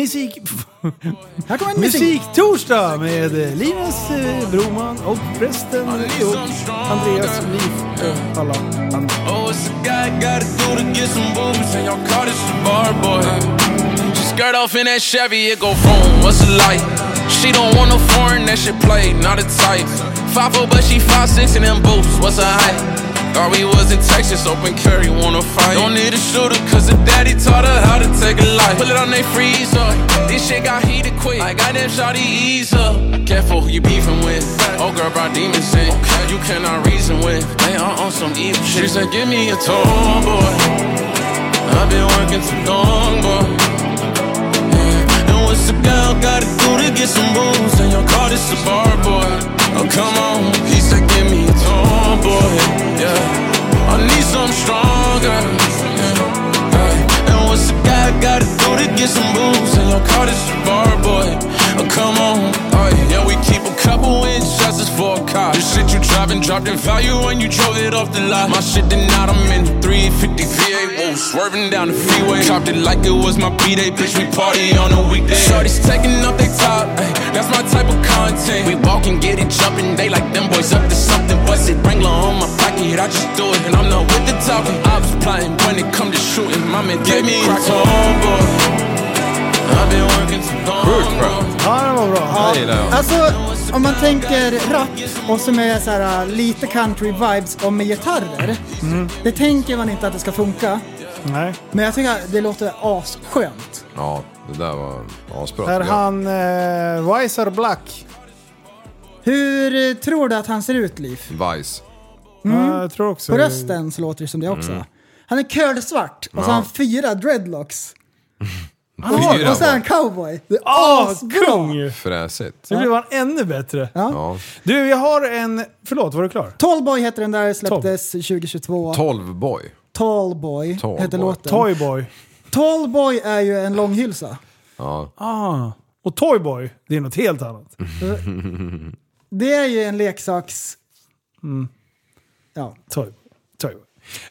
musiktorsdag med Linus Broman och prästen och Andreas Liv och alla andra. Oh, it's a guy gotta do to get some boobs and y'all call this a bar boy. She skirt off in that Chevy, it go boom, what's it like? She don't want no foreign, that shit play, not a type. 5'4", but she 5'6" in them boots, what's her height? Thought we was in Texas, open carry, wanna fight. Don't need a shooter, cause her daddy taught her how to take a life. Pull it on they freezer, this shit got heated quick. Like goddamn shawty, ease up. Careful who you beefing with. Oh girl brought demons in, you cannot reason with. They are on some evil shit. She said, give me a tall boy. I've been working too long, boy. Yeah. And what's the girl gotta do to get some booze? And y'all call this a bar boy. Oh come on, he said give me a tall boy, yeah. Dropped in value when you drove it off the lot. My shit did not, I'm in the 350 VA. Whoa, swerving down the freeway. Chopped it like it was my B-day. Bitch, we party on a weekday. Shorty's taking up they top, ay, that's my type of content. We walk and get it jumping. They like them boys up to something. What's it, Wrangler on my pocket? I just do it and I'm not with the talking. I was plotting when it come to shooting. My man gave me crack on, boy. I've been working too long. Ja, det var bra. Ja. Alltså, om man tänker rap och som är så här, lite country vibes och med gitarrer. Det tänker man inte att det ska funka. Nej. Men jag tycker det låter asskönt. Ja, det där var asbra. Här han Wiser Black. Hur tror du att han ser ut, Liv? Vice. Ja, jag tror också. På rösten så låter det som det också. Han är curlsvart och så har han 4 dreadlocks. Och så är han cowboy. Det är kung! Fräsigt. Så blev han ännu bättre. Ja. Du, jag har en... Förlåt, var du klar? Tallboy heter den där, släpptes 2022. 12boy. Tallboy heter låten. Toyboy. Tallboy är ju en långhylsa. Ja. Och Toyboy, det är något helt annat. Det är ju en leksaks... Ja. Toyboy.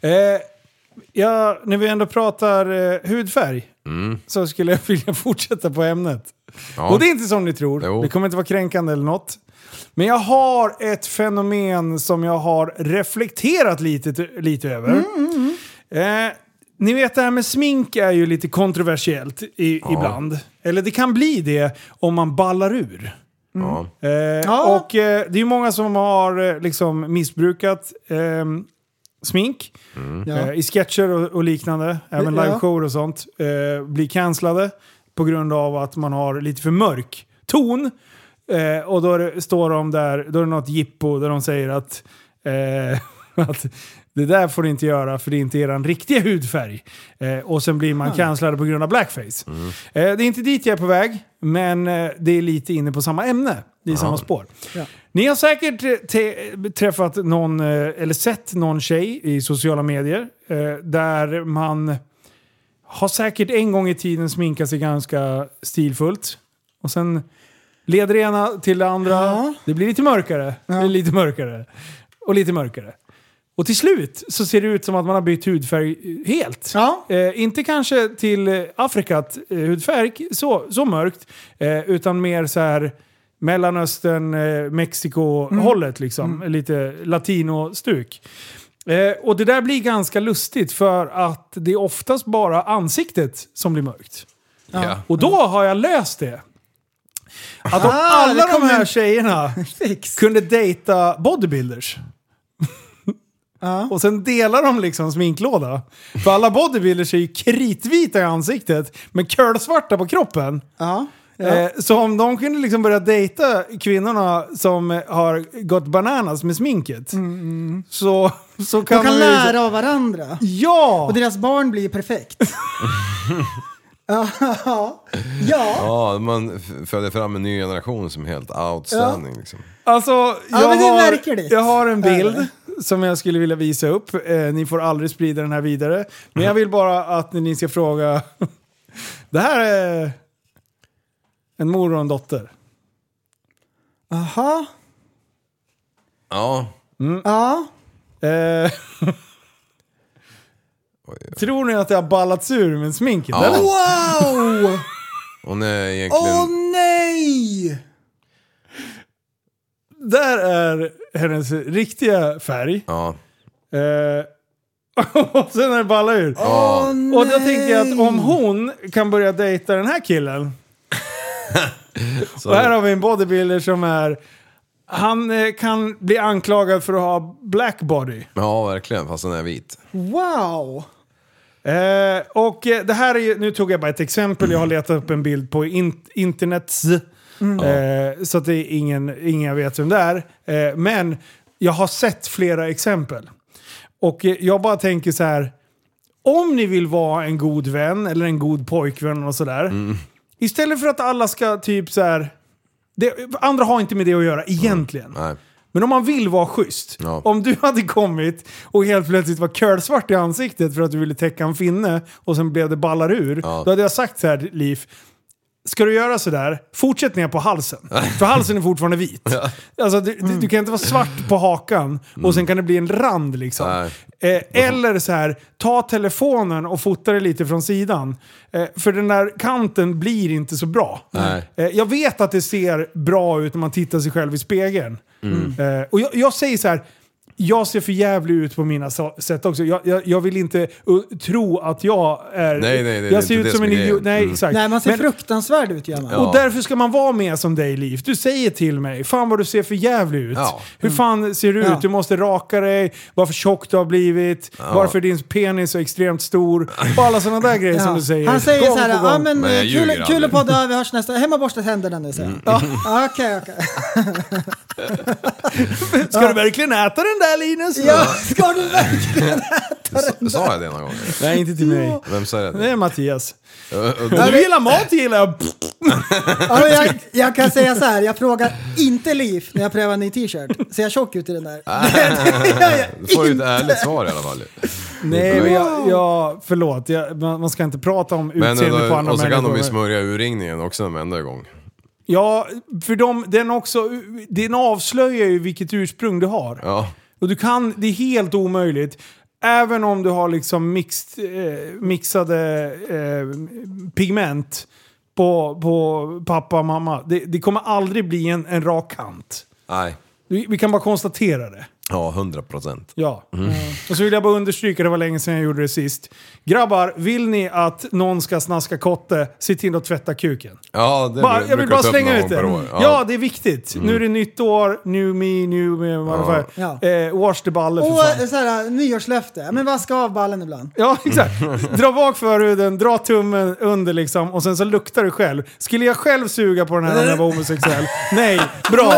När vi ändå pratar hudfärg så skulle jag vilja fortsätta på ämnet. Ja. Och det är inte som ni tror. Jo. Det kommer inte vara kränkande eller något. Men jag har ett fenomen som jag har reflekterat lite över. Ni vet, det här med smink är ju lite kontroversiellt ibland. Eller det kan bli det om man ballar ur. Och det är ju många som har liksom missbrukat smink i sketcher och liknande, även liveshower och sånt, blir cancellade på grund av att man har lite för mörk ton, och då står de där, då är det något jippo där de säger att det där får du inte göra för det är inte eran riktiga hudfärg, och sen blir man cancellade på grund av blackface. Det är inte dit jag är på väg, men det är lite inne på samma ämne. Det är samma spår. Ni har säkert träffat någon eller sett någon tjej i sociala medier där man har säkert en gång i tiden sminkat sig ganska stilfullt och sen leder det ena till det andra. Det blir lite mörkare. Det blir lite mörkare. Och lite mörkare. Och till slut så ser det ut som att man har bytt hudfärg helt. Inte kanske till Afrikat hudfärg så mörkt, utan mer så här Mellanöstern, Mexiko-hållet liksom. Lite latino-stuk. Och det där blir ganska lustigt för att det är oftast bara ansiktet som blir mörkt. Och då har jag löst det. Att om alla de här tjejerna kunde dejta bodybuilders. Och sen delar de liksom sminklåda. För alla bodybuilders är ju kritvita i ansiktet men curlsvarta på kroppen. Så om de kunde liksom börja dejta kvinnorna som har gått bananas med sminket, så kan de lära av varandra. Ja! Och deras barn blir perfekt. Ja, man föder fram en ny generation som är helt outstanding. Liksom. Alltså, jag har en bild som jag skulle vilja visa upp. Ni får aldrig sprida den här vidare. Men jag vill bara att ni ska fråga. Det här är en mor och en dotter. Aha. Ja. Tror ni att det har ballats ur med sminket? Ja. Wow! Hon är egentligen... nej! Där är hennes riktiga färg. Ja. Och sen är det ballar ur. Och då tänkte jag att om hon kan börja dejta den här killen. Och här har vi en bodybuilder som är... Han kan bli anklagad för att ha black body. Ja, verkligen. Fast han är vit. Wow! Och det här är ju... Nu tog jag bara ett exempel. Jag har letat upp en bild på internet. Så att det är ingen vet vem det är. Men jag har sett flera exempel. Och jag bara tänker så här. Om ni vill vara en god vän eller en god pojkvän och sådär. Istället för att alla ska typ så här... andra har inte med det att göra egentligen. Nej. Men om man vill vara schysst. Ja. Om du hade kommit och helt plötsligt var curlsvart i ansiktet för att du ville täcka en finne och sen blev det ballar ur. Då hade jag sagt så här, Liv. ska du göra sådär, fortsätt ner på halsen. För halsen är fortfarande vit. Alltså, du kan inte vara svart på hakan och sen kan det bli en rand liksom. Eller så här, ta telefonen och fota det lite från sidan. För den där kanten blir inte så bra. Jag vet att det ser bra ut när man tittar sig själv i spegeln. Och jag säger så här, jag ser för jävligt ut på mina sätt också. Jag vill inte tro att jag är... Nej, jag ser ut som en idiot. Nej, exakt. Nej, man ser fruktansvärd ut. Ja. Och därför ska man vara med som dig, Liv. Du säger till mig, fan vad du ser för jävligt ut. Hur fan ser du ut? Du måste raka dig. Varför tjock du har blivit. Varför din penis är extremt stor. Och alla sådana där grejer som du säger. Han säger så här, ja men kul att podda, vi hörs nästa. Hemma borstat händerna nu, säger Okej. Ska du verkligen äta den där, Linus? Ja, ska du verkligen äta den? Sa jag det någon gång? Nej, inte till mig. Vem sa det? Det är Mattias. Du gillar mat, gillar jag. Jag kan säga så här, jag frågar inte Liv när jag prövar en ny t-shirt. Ser jag tjock ut i den där? Du får ju ett ärligt svar i alla fall. Nej, men förlåt. Man ska inte prata om utseende på andra människor. Och så kan de ju smörja urringningen också en enda gång. Ja, för den avslöjar ju vilket ursprung du har. Ja. Och det är helt omöjligt. Även om du har liksom mixade pigment på pappa och mamma. Det kommer aldrig bli en rak kant. Nej. Vi kan bara konstatera det. Ja, 100%. Ja. Och så vill jag bara understryka, det var länge sedan jag gjorde det sist. Grabbar, vill ni att någon ska snaska kotte, se till att tvätta kuken. Ja, jag vill bara slänga ut det. Ja, det är viktigt. Nu är det nytt år, new me, wash the balle för fan. Och såhär, nyårslöfte. Men vaska av ballen ibland. Ja, exakt. Dra bak förhuden, dra tummen under liksom, och sen så luktar du själv. Skulle jag själv suga på den här när jag var homosexuell? Nej, bra.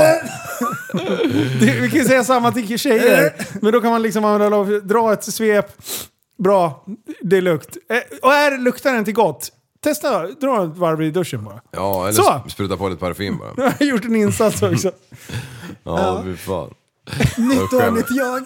Vi kan ju säga samma till tjejer. Men då kan man liksom dra ett svep. Bra, det är lukt. Och luktar den inte gott? Testa, dra ett varv i duschen bara. Ja, eller spruta på lite parfym bara. Jag har gjort en insats också. Ja, fy fan. Nytt år, nytt jag.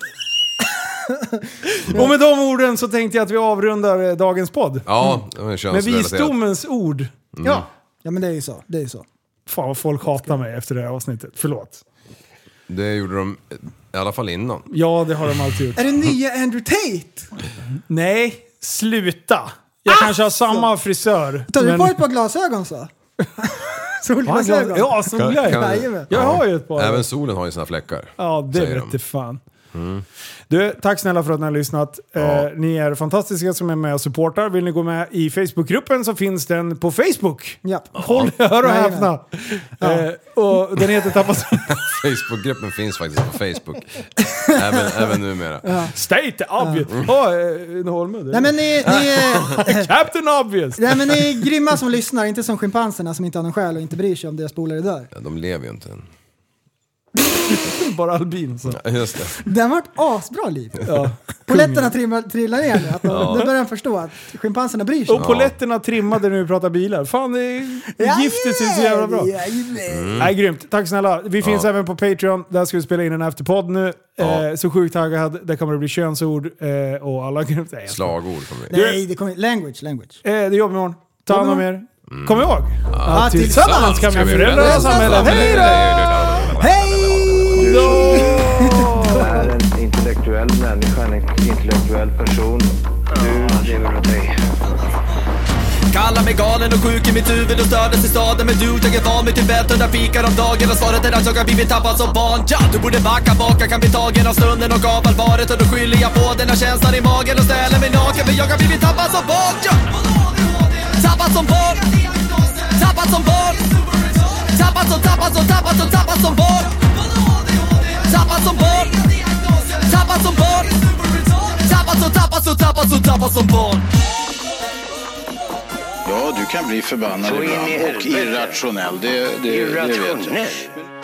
Och med de orden så tänkte jag att vi avrundar dagens podd. Ja, det var med visdomens ord. Ja, men det är ju så. Det är ju så. Fan vad folk hatar mig efter det här avsnittet. Förlåt. Det gjorde de i alla fall innan. Ja, det har de alltid gjort. Är det nya Andrew Tate? Nej, sluta. Jag kanske har samma frisör. Tar du på ett par glasögon så? Solglasögon? Ja, solglasögon. Jag har ju ett par. Även solen har ju sina fläckar. Ja, det vet du fan. Du, tack snälla för att ni har lyssnat. Ni är fantastiska som är med och supportar. Vill ni gå med i Facebookgruppen så finns den på Facebook. Ja. Håll hör och häpna. Och den heter Tappas. Facebookgruppen finns faktiskt på Facebook. även numera. State obvious. Nej, men ni Captain obvious. Nej, men ni är grymma som lyssnar. Inte som schimpanserna som inte har någon själ och inte bryr sig om deras polare dör. Ja, de lever ju inte än. Bara albin så. Just det. Det har varit asbra, Liv. Ja. Poletterna trillar ner nu. Nu börjar jag förstå att schimpanserna bryr sig. Och poletterna trimmade när vi pratar bilar. Fan, det är giftet ser så jävla bra. Nej, grymt. Tack snälla. Vi finns även på Patreon. Där ska vi spela in en efterpodd nu. Så sjukt taggad. Där kommer det bli könsord och alla grymt. Slagord kommer det. Nej, det kommer language. Det jobbar imorgon. Ta hand om er. Kom ihåg. Tillsammans kan vi förändra samhället. Hej då! Hej! Du är en intellektuell människa, en intellektuell person. Du lever åt dig. Kallar mig galen och sjuk i mitt huvud och stördes i staden. Men du, jag är van vid Tibet under fikar om dagen. Och svaret är att jag har blivit tappad som barn. Ja, du borde backa bak, jag kan bli tagen av stunden och av allvaret. Och då skyller jag på den här känslan i magen och ställer mig naken. För jag har blivit tappad som barn. Ja. Tappad som barn. Tappad som barn. Tappad som barn. Tappad som barn. Tappad som barn. Tappad som barn. Ja, du kan bli förbannad ibland och irrationell. Det vet jag.